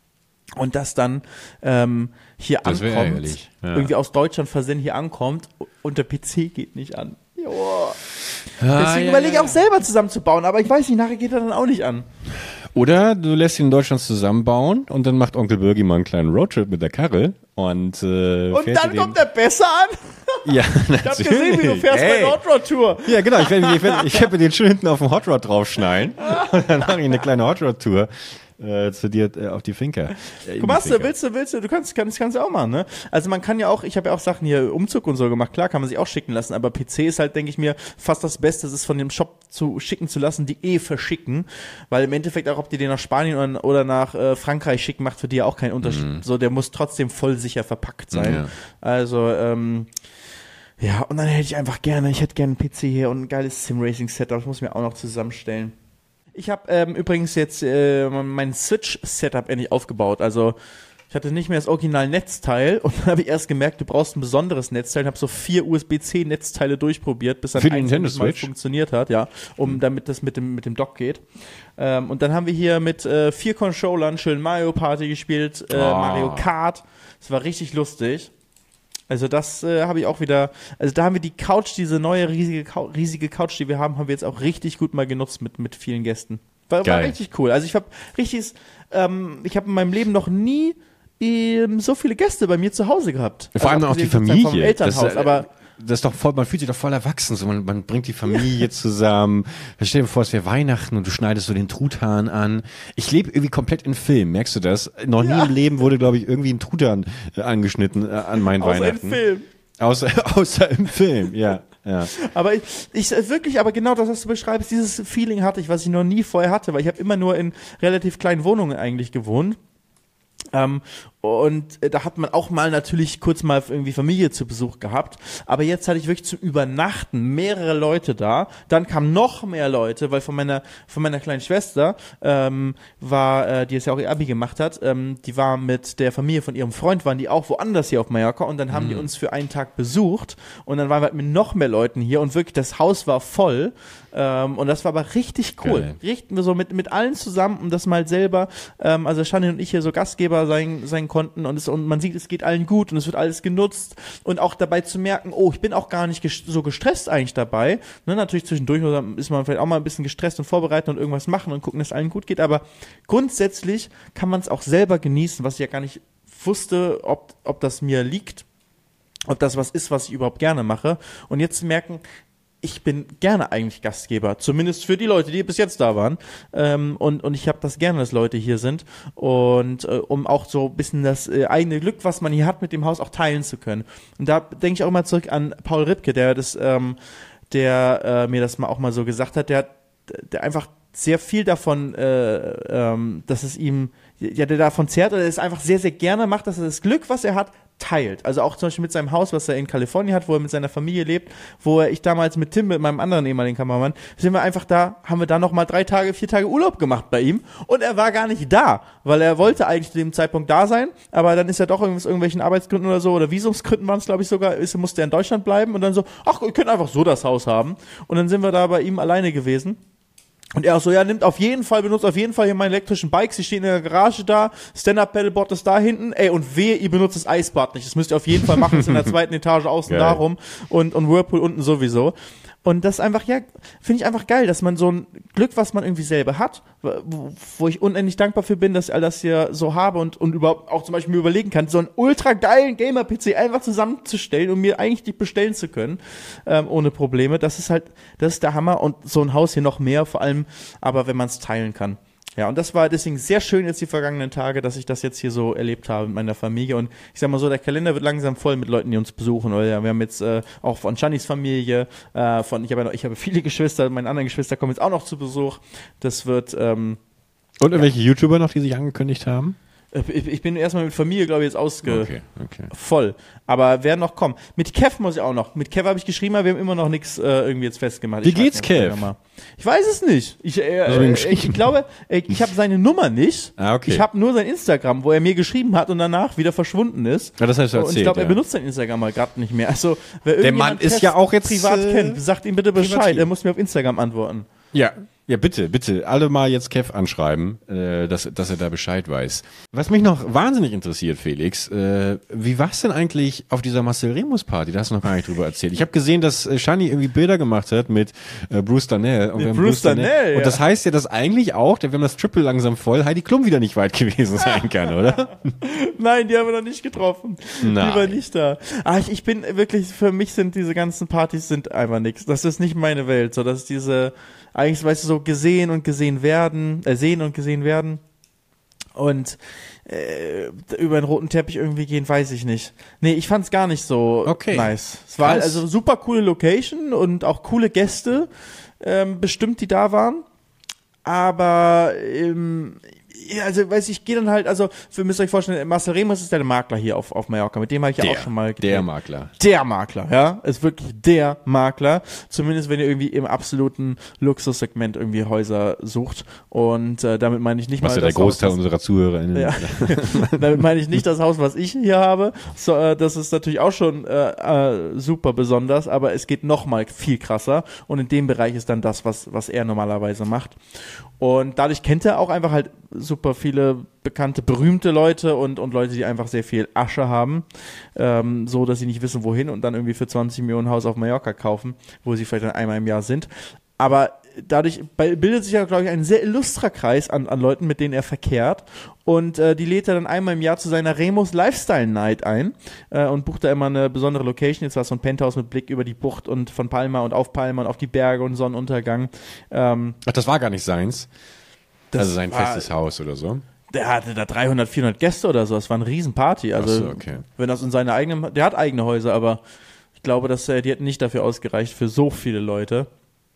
und das dann ähm, hier das ankommt, ja. irgendwie aus Deutschland versenden hier ankommt und der P C geht nicht an. Joa. Ah, Deswegen ja, überlege ich ja. auch selber zusammenzubauen, aber ich weiß nicht, nachher geht er dann auch nicht an. Oder du lässt ihn in Deutschland zusammenbauen und dann macht Onkel Birgi mal einen kleinen Roadtrip mit der Karre und äh, Und fährt dann kommt er besser an? Ja, natürlich. Ich hab gesehen, wie du fährst bei der Hot Rod Tour. Ja, genau. Ich werde ich werd, ich werd mir den schön hinten auf dem Hot Rod draufschneiden und dann mache ich eine kleine Hot Rod Tour äh, zu dir äh, auf die Finca. Äh, Guck mal, willst du, willst du, du kannst, kannst, kannst du auch machen, ne? Also man kann ja auch, ich habe ja auch Sachen hier, Umzug und so gemacht, klar, kann man sich auch schicken lassen, aber P C ist halt, denke ich mir, fast das Beste, das ist von dem Shop zu schicken zu lassen, die eh verschicken, weil im Endeffekt auch, ob die den nach Spanien oder, oder nach äh, Frankreich schicken, macht für die ja auch keinen Unterschied. Mhm. So, der muss trotzdem voll sicher verpackt sein. Ja. Also, ähm, ja, und dann hätte ich einfach gerne, ich hätte gerne einen P C hier und ein geiles Sim-Racing-Setup, das muss ich mir auch noch zusammenstellen. Ich habe ähm, übrigens jetzt äh, mein Switch-Setup endlich aufgebaut. Also ich hatte nicht mehr das Original-Netzteil und dann habe ich erst gemerkt, du brauchst ein besonderes Netzteil. Ich habe so vier U S B C Netzteile durchprobiert, bis dann Für die eins Nintendo mal Switch funktioniert hat, ja, um mhm. damit das mit dem mit dem Dock geht. Ähm, und dann haben wir hier mit äh, vier Controllern schön Mario Party gespielt, äh, oh. Mario Kart. Das war richtig lustig. Also das äh, habe ich auch wieder, also da haben wir die Couch, diese neue riesige, riesige Couch, die wir haben, haben wir jetzt auch richtig gut mal genutzt mit, mit vielen Gästen. War, war richtig cool. Also ich habe richtig, ähm, ich habe in meinem Leben noch nie ähm, so viele Gäste bei mir zu Hause gehabt. Vor allem also auch die Familie. Vom Elternhaus, das, äh, aber das ist doch voll, man fühlt sich doch voll erwachsen, so man, man bringt die Familie zusammen. Stell dir vor, es wäre Weihnachten und du schneidest so den Truthahn an. Ich lebe irgendwie komplett in Film, merkst du das? Noch nie ja. im Leben wurde, glaube ich, irgendwie ein Truthahn äh, angeschnitten äh, an meinen außer Weihnachten. Außer im Film. Außer, außer im Film, ja. Ja. Aber ich, ich wirklich, aber genau das, was du beschreibst, dieses Feeling hatte ich, was ich noch nie vorher hatte, weil ich habe immer nur in relativ kleinen Wohnungen eigentlich gewohnt. Ähm, und äh, da hat man auch mal natürlich kurz mal irgendwie Familie zu Besuch gehabt, aber jetzt hatte ich wirklich zum Übernachten mehrere Leute da, dann kamen noch mehr Leute, weil von meiner von meiner kleinen Schwester ähm, war, äh, die jetzt ja auch ihr Abi gemacht hat, ähm, die war mit der Familie von ihrem Freund, waren die auch woanders hier auf Mallorca und dann haben mhm. die uns für einen Tag besucht und dann waren wir halt mit noch mehr Leuten hier und wirklich das Haus war voll ähm, und das war aber richtig cool, Geil. Richten wir so mit mit allen zusammen und das mal selber, ähm, also Shani und ich hier so Gastgeber sein sein konnten und, es, und man sieht, es geht allen gut und es wird alles genutzt und auch dabei zu merken, oh, ich bin auch gar nicht ges- so gestresst eigentlich dabei. Ne, natürlich zwischendurch ist man vielleicht auch mal ein bisschen gestresst und vorbereiten und irgendwas machen und gucken, dass es allen gut geht, aber grundsätzlich kann man es auch selber genießen, was ich ja gar nicht wusste, ob, ob das mir liegt, ob das was ist, was ich überhaupt gerne mache und jetzt zu merken, ich bin gerne eigentlich Gastgeber, zumindest für die Leute, die bis jetzt da waren. Ähm, und, und ich habe das gerne, dass Leute hier sind. Und äh, um auch so ein bisschen das äh, eigene Glück, was man hier hat, mit dem Haus auch teilen zu können. Und da denke ich auch mal zurück an Paul Ripke, der das, ähm, der äh, mir das mal auch mal so gesagt hat, der hat, der einfach sehr viel davon, äh, ähm, dass es ihm, ja, der davon zehrt, oder es einfach sehr, sehr gerne macht, dass er das Glück, was er hat, teilt. Also auch zum Beispiel mit seinem Haus, was er in Kalifornien hat, wo er mit seiner Familie lebt, wo er, ich damals mit Tim, mit meinem anderen ehemaligen Kameramann, sind wir einfach da, haben wir da nochmal drei Tage, vier Tage Urlaub gemacht bei ihm und er war gar nicht da, weil er wollte eigentlich zu dem Zeitpunkt da sein, aber dann ist er doch aus irgendwelchen Arbeitsgründen oder so, oder Visumsgründen waren es, glaube ich, sogar, ist, musste er in Deutschland bleiben und dann so, ach, ihr könnt einfach so das Haus haben und dann sind wir da bei ihm alleine gewesen. Und er auch so, ja, nimmt auf jeden Fall, benutzt auf jeden Fall hier meine elektrischen Bikes, die stehen in der Garage da, Stand-Up-Paddleboard ist da hinten, ey, und wehe, ihr benutzt das Eisbad nicht, das müsst ihr auf jeden Fall machen, das ist in der zweiten Etage außen geil. Darum und, und Whirlpool unten sowieso. Und das ist einfach, ja, finde ich einfach geil, dass man so ein Glück, was man irgendwie selber hat, wo, wo ich unendlich dankbar für bin, dass ich all das hier so habe und, und überhaupt auch zum Beispiel mir überlegen kann, so einen ultra geilen Gamer-P C einfach zusammenzustellen und mir eigentlich nicht bestellen zu können, ähm, ohne Probleme. Das ist halt, das ist der Hammer und so ein Haus hier noch mehr, vor allem aber, wenn man es teilen kann. Ja, und das war deswegen sehr schön jetzt die vergangenen Tage, dass ich das jetzt hier so erlebt habe mit meiner Familie. Und ich sag mal so, der Kalender wird langsam voll mit Leuten, die uns besuchen. Oder wir haben jetzt äh, auch von Shannys Familie, äh, von ich habe ja noch, ich habe viele Geschwister, meine anderen Geschwister kommen jetzt auch noch zu Besuch. Das wird ähm, Und irgendwelche ja. YouTuber noch, die sich angekündigt haben? Ich, ich bin erstmal mit Familie, glaube ich, jetzt ausge... Okay, okay. Voll. Aber werden noch kommen. Mit Kev muss ich auch noch. Mit Kev habe ich geschrieben, aber wir haben immer noch nichts äh, irgendwie jetzt festgemacht. Wie ich geht's, Kev? Ich weiß es nicht. Ich, äh, äh, ich, ich glaube, äh, ich habe seine Nummer nicht. Ah, okay. Ich habe nur sein Instagram, wo er mir geschrieben hat und danach wieder verschwunden ist. Ja, das hast du erzählt, und ich glaube, ja. er benutzt sein Instagram mal gerade nicht mehr. Also, wer der Mann ist ja auch jetzt privat äh, kennt, sagt ihm bitte Bescheid. privativ. Er muss mir auf Instagram antworten. Ja. Ja, bitte, bitte, alle mal jetzt Kev anschreiben, äh, dass, dass er da Bescheid weiß. Was mich noch wahnsinnig interessiert, Felix, äh, wie war's denn eigentlich auf dieser Marcel Remus Party? Da hast du noch gar nicht drüber erzählt. Ich habe gesehen, dass äh, Shani irgendwie Bilder gemacht hat mit äh, Bruce Darnell. Und mit Bruce, Bruce Darnell, Darnell. ja. Und das heißt ja, dass eigentlich auch, wir haben das Triple langsam voll, Heidi Klum wieder nicht weit gewesen sein kann, oder? Nein, die haben wir noch nicht getroffen. Nein. Die war nicht da. Ah, ich, ich bin wirklich, für mich sind diese ganzen Partys sind einfach nichts. Das ist nicht meine Welt. So, das ist diese, eigentlich, weißt du, so gesehen und gesehen werden, äh, sehen und gesehen werden. Und äh, über den roten Teppich irgendwie gehen, weiß ich nicht. Nee, ich fand's gar nicht so okay. nice. Es war Krass. also super coole Location und auch coole Gäste, ähm, bestimmt, die da waren. Aber ähm, ja, also weiß ich, ich gehe dann halt, also für müsst ihr euch vorstellen, Marcel Remus ist der Makler hier auf, auf Mallorca, mit dem habe ich ja der, auch schon mal Der Makler. Der Makler, ja, ist wirklich der Makler, zumindest wenn ihr irgendwie im absoluten Luxussegment irgendwie Häuser sucht und äh, damit meine ich nicht was mal ja der das Großteil Haus, unserer ZuhörerInnen. ja. Damit meine ich nicht das Haus, was ich hier habe, so, äh, das ist natürlich auch schon äh, äh, super besonders, aber es geht noch mal viel krasser und in dem Bereich ist dann das, was, was er normalerweise macht. Und dadurch kennt er auch einfach halt super viele bekannte, berühmte Leute und, und Leute, die einfach sehr viel Asche haben, ähm, so dass sie nicht wissen, wohin und dann irgendwie für zwanzig Millionen Haus auf Mallorca kaufen, wo sie vielleicht dann einmal im Jahr sind. Aber dadurch bildet sich ja, glaube ich, ein sehr illustrer Kreis an, an Leuten, mit denen er verkehrt. Und äh, die lädt er dann einmal im Jahr zu seiner Remus Lifestyle Night ein äh, und bucht da immer eine besondere Location. Jetzt war es so ein Penthouse mit Blick über die Bucht und von Palma und auf Palma und auf die Berge und Sonnenuntergang. Ähm, Ach, das war gar nicht seins? Das also sein war, festes Haus oder so? Der hatte da dreihundert, vierhundert Gäste oder so. Das war eine Riesenparty. Also, Ach so, okay. wenn das in seine eigenen, der hat eigene Häuser, aber ich glaube, dass äh, die hätten nicht dafür ausgereicht für so viele Leute.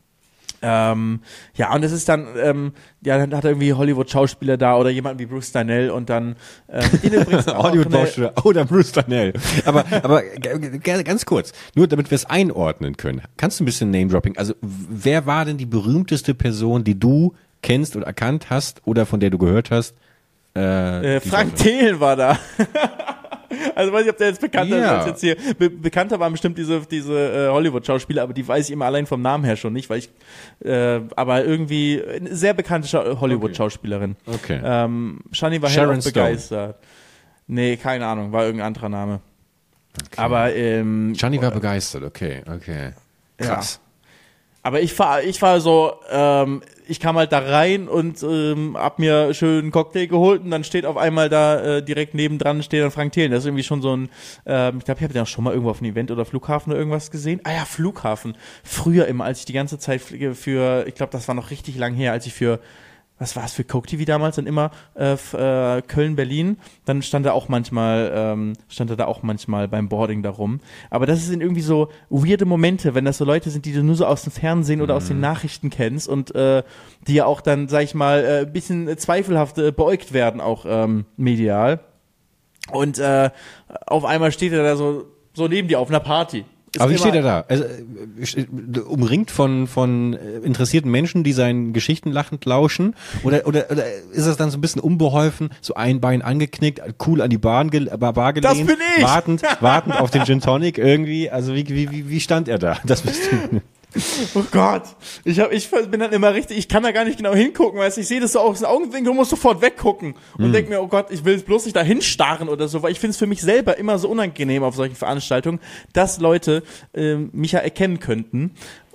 Ähm, ja, und es ist dann, ähm, ja, dann hat er irgendwie Hollywood-Schauspieler da oder jemanden wie Bruce Darnell und dann, äh, mit denen übrigens auch Hollywood-Schauspieler oder Bruce Darnell. Aber, aber g- g- ganz kurz, nur damit wir es einordnen können. Kannst du ein bisschen Name-Dropping? Also, wer war denn die berühmteste Person, die du kennst oder erkannt hast oder von der du gehört hast? Äh, äh, Frank Thelen war da. Also weiß ich, ob der jetzt bekannter ja. ist als jetzt hier. Be- bekannter waren bestimmt diese, diese äh, Hollywood-Schauspieler, aber die weiß ich immer allein vom Namen her schon nicht, weil ich, äh, aber irgendwie eine sehr bekannte Scha- Hollywood-Schauspielerin. Okay. Ähm, Shani war Sharon hellauf begeistert. Nee, keine Ahnung, war irgendein anderer Name. Okay. Aber, ähm. Shani war begeistert, okay, okay. Krass. Ja. Aber ich war, ich war so, ähm, ich kam halt da rein und ähm, hab mir schön einen Cocktail geholt und dann steht auf einmal da äh, direkt nebendran steht dann Frank Thelen. Das ist irgendwie schon so ein, ähm, ich glaube, ich habe den auch schon mal irgendwo auf einem Event oder Flughafen oder irgendwas gesehen. Ah ja, Flughafen. Früher immer, als ich die ganze Zeit für, ich glaube, das war noch richtig lang her, als ich für was war es für Coke T V damals dann immer äh, f- äh, Köln, Berlin, dann stand er auch manchmal ähm, stand er da auch manchmal beim Boarding da rum. Aber das sind irgendwie so weirde Momente, wenn das so Leute sind, die du nur so aus dem Fernsehen oder Mhm. aus den Nachrichten kennst und äh, die ja auch dann, sag ich mal, äh, ein bisschen zweifelhaft äh, beäugt werden, auch ähm, medial. Und äh, auf einmal steht er da so, so neben dir auf einer Party. Ist Aber wie immer- steht er da? Also, äh, umringt von, von äh, interessierten Menschen, die seinen Geschichten lachend lauschen? Oder, oder, oder ist das dann so ein bisschen unbeholfen, so ein Bein angeknickt, cool an die Bahn gel- Bar, Bar gelehnt, Das bin ich! wartend, wartend auf den Gin Tonic irgendwie? Also wie, wie, wie, wie stand er da? Das bist du. Oh Gott, ich hab, ich bin dann immer richtig, ich kann da gar nicht genau hingucken, weißt du, ich sehe das so aus den Augenwinkel und muss sofort weggucken und Mhm. denk mir, oh Gott, ich will jetzt bloß nicht da hinstarren oder so, weil ich finde es für mich selber immer so unangenehm auf solchen Veranstaltungen, dass Leute ähm, mich ja erkennen könnten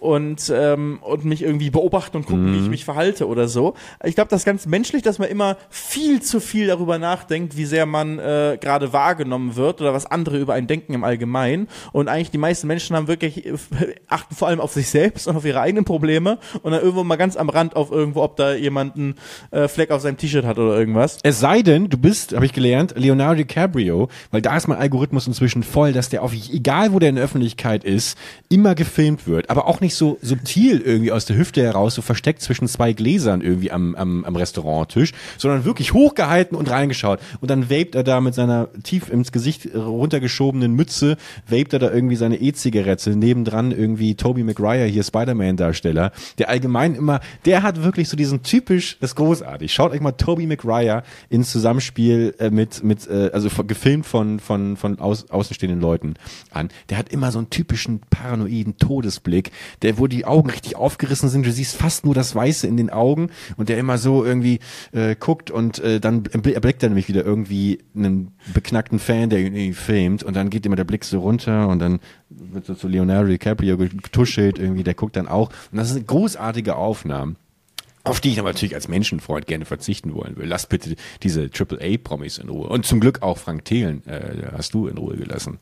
und, ähm, und mich irgendwie beobachten und gucken, mhm. wie ich mich verhalte oder so. Ich glaube, das ist ganz menschlich, dass man immer viel zu viel darüber nachdenkt, wie sehr man äh, gerade wahrgenommen wird oder was andere über einen denken im Allgemeinen. Und eigentlich die meisten Menschen haben wirklich, äh, achten vor allem auf sich selbst und auf ihre eigenen Probleme und dann irgendwo mal ganz am Rand auf irgendwo, ob da jemand einen äh, Fleck auf seinem T-Shirt hat oder irgendwas. Es sei denn, du bist, habe ich gelernt, Leonardo DiCaprio, weil da ist mein Algorithmus inzwischen voll, dass der auf, egal wo der in der Öffentlichkeit ist, immer gefilmt wird. Aber auch nicht so subtil irgendwie aus der Hüfte heraus, so versteckt zwischen zwei Gläsern irgendwie am, am, am Restauranttisch, sondern wirklich hochgehalten und reingeschaut. Und dann vapet er da mit seiner tief ins Gesicht runtergeschobenen Mütze, vapet er da irgendwie seine E-Zigarette, nebendran irgendwie Tobey Maguire, hier Spider-Man-Darsteller, der allgemein immer, der hat wirklich so diesen typisch, das ist großartig. Schaut euch mal Tobey Maguire ins Zusammenspiel äh, mit, mit äh, also gefilmt von, von, von aus, außenstehenden Leuten an. Der hat immer so einen typischen paranoiden Todesblick, der, wo die Augen richtig aufgerissen sind, du siehst fast nur das Weiße in den Augen und der immer so irgendwie äh, guckt und äh, dann erblickt er nämlich wieder irgendwie einen beknackten Fan, der ihn irgendwie filmt und dann geht immer der Blick so runter und dann wird so zu Leonardo DiCaprio getuschelt irgendwie, der guckt dann auch und das sind großartige Aufnahmen, auf die ich aber natürlich als Menschenfreund gerne verzichten wollen will. Lasst bitte diese Triple A Promis in Ruhe. Und zum Glück auch Frank Thelen äh, hast du in Ruhe gelassen.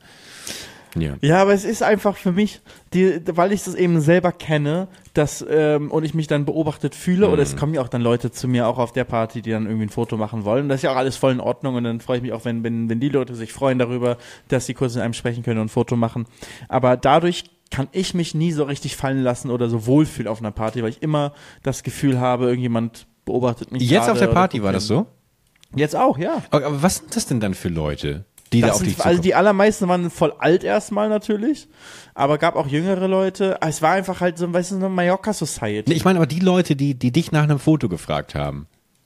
Ja. ja, aber es ist einfach für mich, die, weil ich das eben selber kenne, dass ähm, und ich mich dann beobachtet fühle, mhm. oder es kommen ja auch dann Leute zu mir auch auf der Party, die dann irgendwie ein Foto machen wollen. Das ist ja auch alles voll in Ordnung und dann freue ich mich auch, wenn, wenn, wenn die Leute sich freuen darüber, dass sie kurz mit einem sprechen können und ein Foto machen. Aber dadurch kann ich mich nie so richtig fallen lassen oder so wohlfühlen auf einer Party, weil ich immer das Gefühl habe, irgendjemand beobachtet mich. Jetzt auf der Party war das so? Jetzt auch, ja. Aber, aber was sind das denn dann für Leute? Die das da auf sind, dich zukommen. Also die allermeisten waren voll alt erstmal natürlich, aber gab auch jüngere Leute. Es war einfach halt so, weißt du, so eine Mallorca-Society. Nee, ich meine aber die Leute, die, die dich nach einem Foto gefragt haben.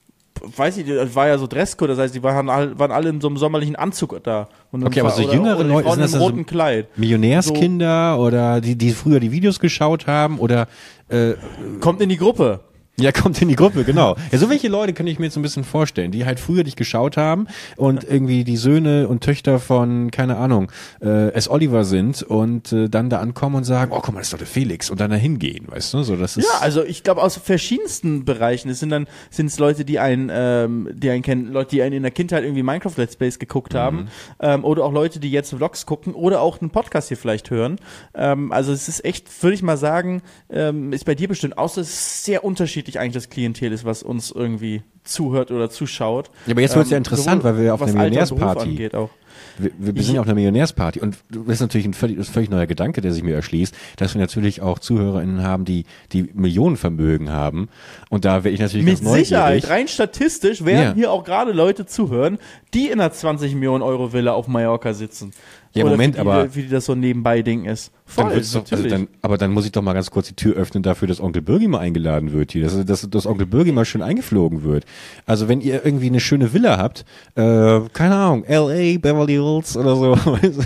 Weiß ich, das war ja so Dresscode, das heißt, die waren alle, waren alle in so einem sommerlichen Anzug da. Und okay, aber so oder, jüngere oder Leute, sind das in einem roten so Kleid. Millionärskinder so, oder die, die früher die Videos geschaut haben oder äh, kommt in die Gruppe. Ja, kommt in die Gruppe, genau. Ja, so welche Leute kann ich mir jetzt ein bisschen vorstellen, die halt früher dich geschaut haben und irgendwie die Söhne und Töchter von, keine Ahnung, äh, S. Oliver sind und äh, dann da ankommen und sagen, oh, guck mal, das ist doch der Felix und dann da hingehen, weißt du, so das ist. Ja, also ich glaube aus verschiedensten Bereichen. Es sind dann, sind es Leute, die einen, ähm, die einen kennen, Leute, die einen in der Kindheit irgendwie Minecraft Let's Plays geguckt mhm. haben, ähm, oder auch Leute, die jetzt Vlogs gucken oder auch einen Podcast hier vielleicht hören. Ähm, also es ist echt, würde ich mal sagen, ähm, ist bei dir bestimmt, außer es ist sehr unterschiedlich eigentlich das Klientel ist, was uns irgendwie zuhört oder zuschaut. Ja, aber jetzt wird es ja interessant, sowohl, weil wir auf einer Millionärsparty angeht auch. Wir, wir sind ja auf einer Millionärsparty und das ist natürlich ein völlig, das ist ein völlig neuer Gedanke, der sich mir erschließt, dass wir natürlich auch ZuhörerInnen haben, die die Millionenvermögen haben und da werde ich natürlich mit ganz neugierig. Sicherheit, rein statistisch werden ja. hier auch gerade Leute zuhören, die in einer zwanzig Millionen Euro Villa auf Mallorca sitzen. Ja, Oder Moment, wie die, aber wie die das so nebenbei Ding ist. Voll, dann doch, also dann, aber dann muss ich doch mal ganz kurz die Tür öffnen dafür, dass Onkel Birgi mal eingeladen wird hier, dass, dass, dass Onkel Birgi mal schön eingeflogen wird. Also wenn ihr irgendwie eine schöne Villa habt, äh, keine Ahnung, L A, Beverly Hills oder so,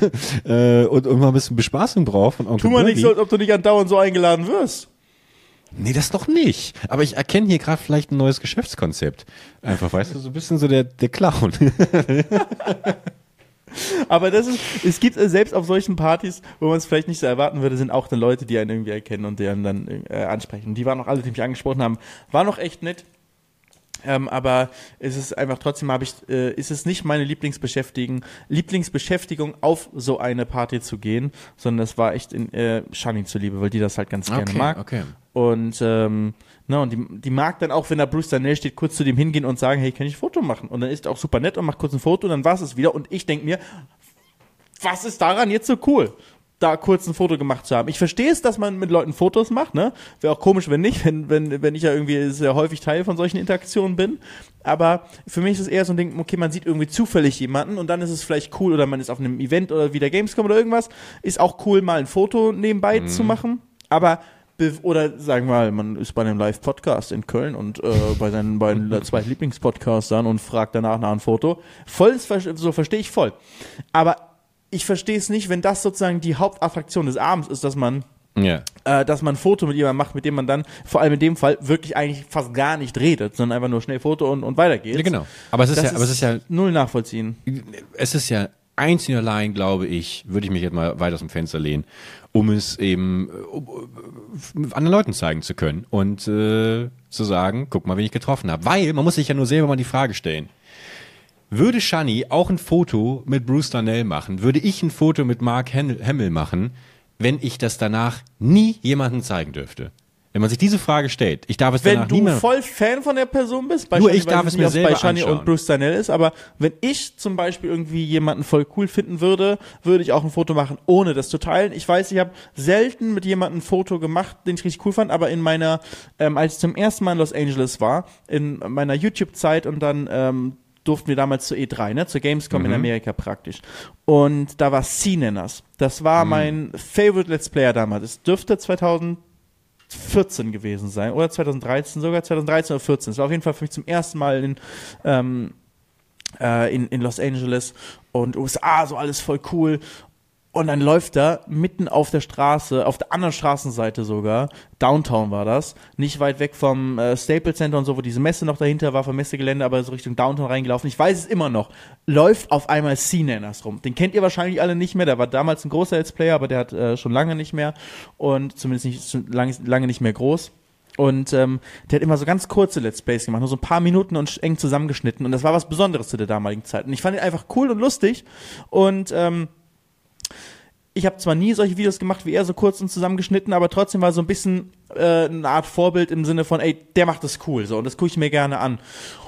äh, und, und mal ein bisschen Bespaßung braucht von Onkel Tu mal Birgi. nicht so, als ob du nicht andauernd so eingeladen wirst. Nee, das doch nicht. Aber ich erkenne hier gerade vielleicht ein neues Geschäftskonzept. Einfach, weißt du, so ein bisschen so der, der Clown. Aber das ist, es gibt äh, selbst auf solchen Partys, wo man es vielleicht nicht so erwarten würde, sind auch dann Leute, die einen irgendwie erkennen und die einen dann äh, ansprechen. Und die waren auch alle, die mich angesprochen haben, war noch echt nett. Ähm, aber es ist einfach trotzdem habe ich, äh, ist es nicht meine Lieblingsbeschäftigung, Lieblingsbeschäftigung auf so eine Party zu gehen, sondern das war echt in äh, Shani zuliebe, weil die das halt ganz okay, gerne mag. Okay. Und ähm, na, und die, die mag dann auch, wenn da Bruce Danell steht, kurz zu dem hingehen und sagen, hey, kann ich ein Foto machen? Und dann ist er auch super nett und macht kurz ein Foto und dann war es wieder. Und ich denke mir, was ist daran jetzt so cool, da kurz ein Foto gemacht zu haben? Ich verstehe es, dass man mit Leuten Fotos macht, ne? Wäre auch komisch, wenn nicht, wenn, wenn, wenn ich ja irgendwie sehr häufig Teil von solchen Interaktionen bin. Aber für mich ist es eher so ein Ding, okay, man sieht irgendwie zufällig jemanden und dann ist es vielleicht cool, oder man ist auf einem Event oder wie der Gamescom oder irgendwas, ist auch cool, mal ein Foto nebenbei mhm. zu machen. Aber oder sagen wir mal, man ist bei einem Live-Podcast in Köln und äh, bei seinen beiden zwei Lieblingspodcastern und fragt danach nach einem Foto. Voll, so verstehe ich voll. Aber ich verstehe es nicht, wenn das sozusagen die Hauptattraktion des Abends ist, dass man yeah. äh, dass man ein Foto mit jemandem macht, mit dem man dann, vor allem in dem Fall, wirklich eigentlich fast gar nicht redet, sondern einfach nur schnell Foto und, und weiter geht's. Ja, genau. Aber es ist das ja, aber es ist ja null nachvollziehen. Es ist ja einzig und allein, glaube ich, würde ich mich jetzt mal weit aus dem Fenster lehnen, um es eben um, um, anderen Leuten zeigen zu können und äh, zu sagen, guck mal, wen ich getroffen habe. Weil, man muss sich ja nur selber mal die Frage stellen, würde Shani auch ein Foto mit Bruce Darnell machen, würde ich ein Foto mit Mark Hamill machen, wenn ich das danach nie jemandem zeigen dürfte? Wenn man sich diese Frage stellt, ich darf es wenn danach du niemandem... voll Fan von der Person bist, bei Nur Shani ich darf weiß es nicht, mir ob selber bei Shani anschauen. und Bruce Darnell ist, aber wenn ich zum Beispiel irgendwie jemanden voll cool finden würde, würde ich auch ein Foto machen, ohne das zu teilen. Ich weiß, ich habe selten mit jemandem ein Foto gemacht, den ich richtig cool fand, aber in meiner, ähm, als ich zum ersten Mal in Los Angeles war, in meiner YouTube-Zeit und dann ähm, durften wir damals zur E drei, ne, zur Gamescom Mhm. in Amerika praktisch. Und da war C-Nenners. Das war Mhm. mein Favorite Let's Player damals. Es dürfte zweitausendvierzehn gewesen sein oder zweitausenddreizehn, sogar zweitausenddreizehn oder vierzehn. Es war auf jeden Fall für mich zum ersten Mal in, ähm, äh, in, in Los Angeles und U S A, so alles voll cool. Und dann läuft er mitten auf der Straße, auf der anderen Straßenseite sogar, Downtown war das, nicht weit weg vom äh, Staples Center und so, wo diese Messe noch dahinter war, vom Messegelände, aber so Richtung Downtown reingelaufen. Ich weiß es immer noch. Läuft auf einmal C-Nanners rum. Den kennt ihr wahrscheinlich alle nicht mehr. Der war damals ein großer Let's Player, aber der hat äh, schon lange nicht mehr und zumindest nicht schon lange, lange nicht mehr groß. Und ähm, der hat immer so ganz kurze Let's Plays gemacht, nur so ein paar Minuten und eng zusammengeschnitten. Und das war was Besonderes zu der damaligen Zeit. Und ich fand ihn einfach cool und lustig. Und ähm, ich habe zwar nie solche Videos gemacht wie er, so kurz und zusammengeschnitten, aber trotzdem war so ein bisschen äh, eine Art Vorbild im Sinne von, ey, der macht das cool, so, und das gucke ich mir gerne an.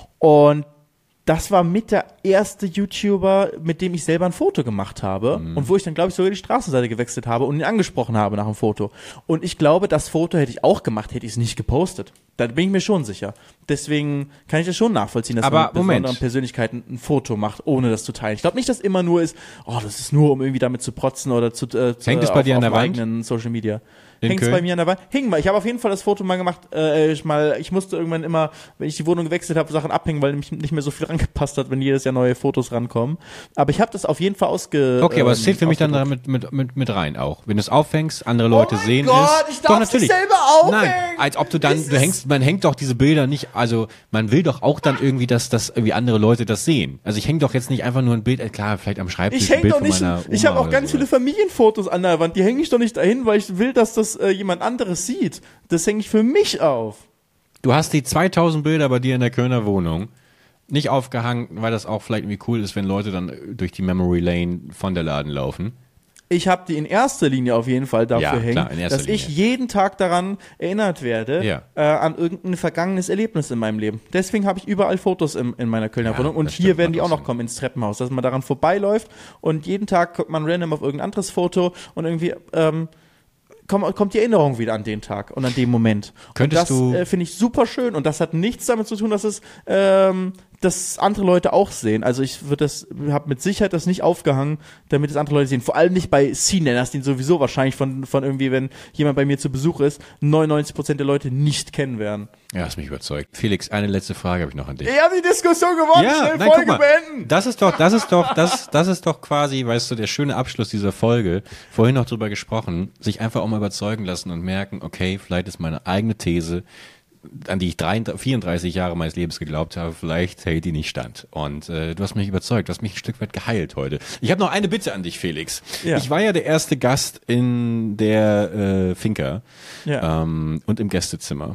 Und das war mit der erste YouTuber, mit dem ich selber ein Foto gemacht habe mhm. und wo ich dann, glaube ich, sogar die Straßenseite gewechselt habe und ihn angesprochen habe nach dem Foto. Und ich glaube, das Foto hätte ich auch gemacht, hätte ich es nicht gepostet. Da bin ich mir schon sicher. Deswegen kann ich das schon nachvollziehen, dass Aber man mit besonderen Moment. Persönlichkeiten ein Foto macht, ohne das zu teilen. Ich glaube nicht, dass immer nur ist, oh, das ist nur, um irgendwie damit zu protzen oder zu, äh, zu Hängt es bei auf, dir an auf der Wand? eigenen Social Media. In Hängt es Köln? bei mir an der Wand? Hing mal. Ich habe auf jeden Fall das Foto mal gemacht. Äh, ich, mal, ich musste irgendwann immer, wenn ich die Wohnung gewechselt habe, Sachen abhängen, weil mich nicht mehr so viel rangepasst hat, wenn jedes Jahr neue Fotos rankommen. Aber ich habe das auf jeden Fall ausge. Okay, aber es ähm, zählt für mich dann ausgedruckt. damit mit, mit, mit rein auch. Wenn du es aufhängst, andere Leute Oh mein sehen Gott, es. ich darf Doch, es natürlich. nicht selber aufhängen. Nein, als ob du dann, Es du ist- hängst, man hängt doch diese Bilder nicht, also man will doch auch dann irgendwie, dass, dass irgendwie andere Leute das sehen. Also ich hänge doch jetzt nicht einfach nur ein Bild, äh, klar, vielleicht am Schreibtisch Ich ein hänge Bild doch von nicht, meiner Oma ich habe auch oder ganz sowas. viele Familienfotos an der Wand, die hänge ich doch nicht dahin, weil ich will, dass das äh, jemand anderes sieht. Das hänge ich für mich auf. Du hast die zweitausend Bilder bei dir in der Kölner Wohnung nicht aufgehangen, weil das auch vielleicht irgendwie cool ist, wenn Leute dann durch die Memory Lane von der Laden laufen. Ich habe die in erster Linie auf jeden Fall dafür Ja, hängen, klar, in erster dass ich Linie. jeden Tag daran erinnert werde, Ja. äh, an irgendein vergangenes Erlebnis in meinem Leben. Deswegen habe ich überall Fotos im, in meiner Kölner Ja, Wohnung und das hier stimmt, werden die macht auch auch noch Sinn. kommen ins Treppenhaus, dass man daran vorbeiläuft und jeden Tag kommt man random auf irgendein anderes Foto und irgendwie ähm, komm, kommt die Erinnerung wieder an den Tag und an den Moment. Könntest und du- das äh, finde ich super schön und das hat nichts damit zu tun, dass es ähm, dass andere Leute auch sehen. Also ich würde das, habe mit Sicherheit das nicht aufgehangen, damit es andere Leute sehen. Vor allem nicht bei C-Nenners, den sowieso wahrscheinlich von, von irgendwie, wenn jemand bei mir zu Besuch ist, neunundneunzig Prozent der Leute nicht kennen werden. Ja, hast mich überzeugt. Felix, eine letzte Frage habe ich noch an dich. Ich habe die Diskussion gewonnen, schnell nein, guck Folge mal. beenden. Das ist doch, das ist doch, das, das ist doch quasi, weißt du, der schöne Abschluss dieser Folge. Vorhin noch drüber gesprochen, sich einfach auch mal überzeugen lassen und merken, okay, vielleicht ist meine eigene These, an die ich dreiunddreißig, vierunddreißig Jahre meines Lebens geglaubt habe, vielleicht hält die nicht stand. Und äh, du hast mich überzeugt, du hast mich ein Stück weit geheilt heute. Ich habe noch eine Bitte an dich, Felix. Ja. Ich war ja der erste Gast in der äh, Finca Ja. ähm, und im Gästezimmer.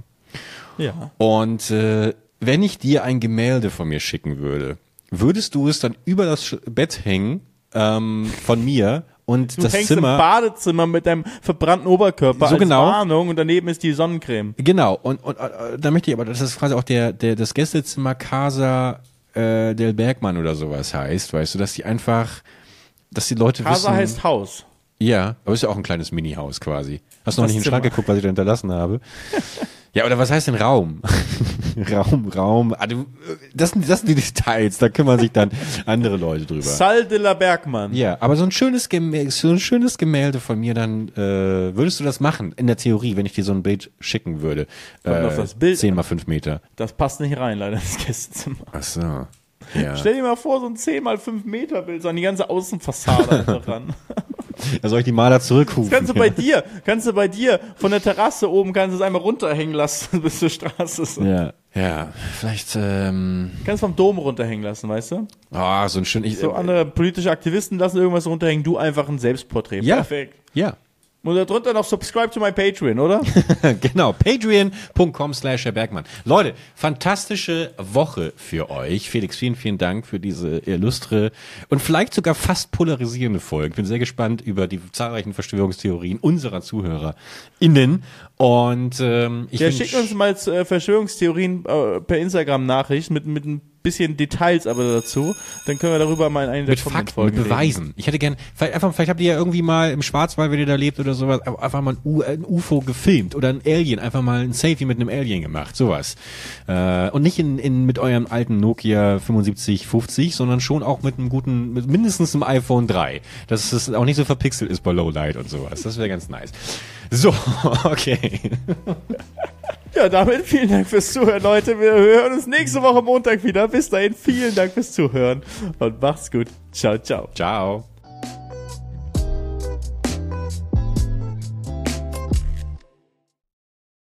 Ja. Und äh, wenn ich dir ein Gemälde von mir schicken würde, würdest du es dann über das Sch- Bett hängen ähm, von mir und Du das hängst im Zimmer... Badezimmer mit deinem verbrannten Oberkörper So als genau. Warnung und daneben ist die Sonnencreme. Genau, und, und äh, da möchte ich aber, dass das quasi auch der, der das Gästezimmer Casa äh, del Bergmann oder sowas heißt, weißt du, dass die einfach, dass die Leute Casa wissen... heißt Haus. Ja, aber ist ja auch ein kleines Mini-Haus quasi. Hast du noch Das nicht in den Schrank Zimmer. geguckt, was ich da hinterlassen habe? Ja, oder was heißt denn Raum? Raum, Raum. Ah, du, das, sind, das sind die Details, da kümmern sich dann andere Leute drüber. Sal de la Bergmann. Ja, aber so ein schönes Gemälde, so ein schönes Gemälde von mir, dann äh, würdest du das machen, in der Theorie, wenn ich dir so ein Bild schicken würde. Kommt auf das Bild zehn mal fünf Meter. Das passt nicht rein, leider, ins Gästezimmer. Ach so. Ja. Stell dir mal vor, so ein zehn mal fünf Meter Bild, so an die ganze Außenfassade einfach ran. Da soll ich die Maler zurückrufen. Das kannst du bei dir, kannst du bei dir von der Terrasse oben, kannst du es einmal runterhängen lassen bis zur Straße. So. Ja, ja, vielleicht, ähm... Kannst vom Dom runterhängen lassen, weißt du? Ah, so ein schön... Ich, So andere politische Aktivisten lassen irgendwas runterhängen, du einfach ein Selbstporträt. Ja. Perfekt. Ja. Und darunter noch subscribe to my Patreon, oder? Genau, patreon.com slash Herr Bergmann. Leute, fantastische Woche für euch. Felix, vielen, vielen Dank für diese illustre und vielleicht sogar fast polarisierende Folge. Ich bin sehr gespannt über die zahlreichen Verschwörungstheorien unserer ZuhörerInnen. Und ähm, ich Ja, wünsch- schickt uns mal äh, Verschwörungstheorien äh, per Instagram-Nachricht mit, mit ein bisschen Details aber dazu. Dann können wir darüber mal in eine mit der kommenden Fakten, Folgen mit reden. Beweisen. Ich hätte gern, vielleicht, einfach, vielleicht habt ihr ja irgendwie mal im Schwarzwald, wenn ihr da lebt oder sowas, einfach mal ein, U, ein U F O gefilmt oder ein Alien, einfach mal ein Selfie mit einem Alien gemacht, sowas. Äh, und nicht in, in mit eurem alten Nokia fünfundsiebzig fünfzig, sondern schon auch mit einem guten, mit mindestens einem iPhone drei. Dass es auch nicht so verpixelt ist bei Lowlight und sowas. Das wäre ganz nice. So, okay. Ja, damit vielen Dank fürs Zuhören, Leute. Wir hören uns nächste Woche Montag wieder. Bis dahin, vielen Dank fürs Zuhören und macht's gut. Ciao, ciao. Ciao.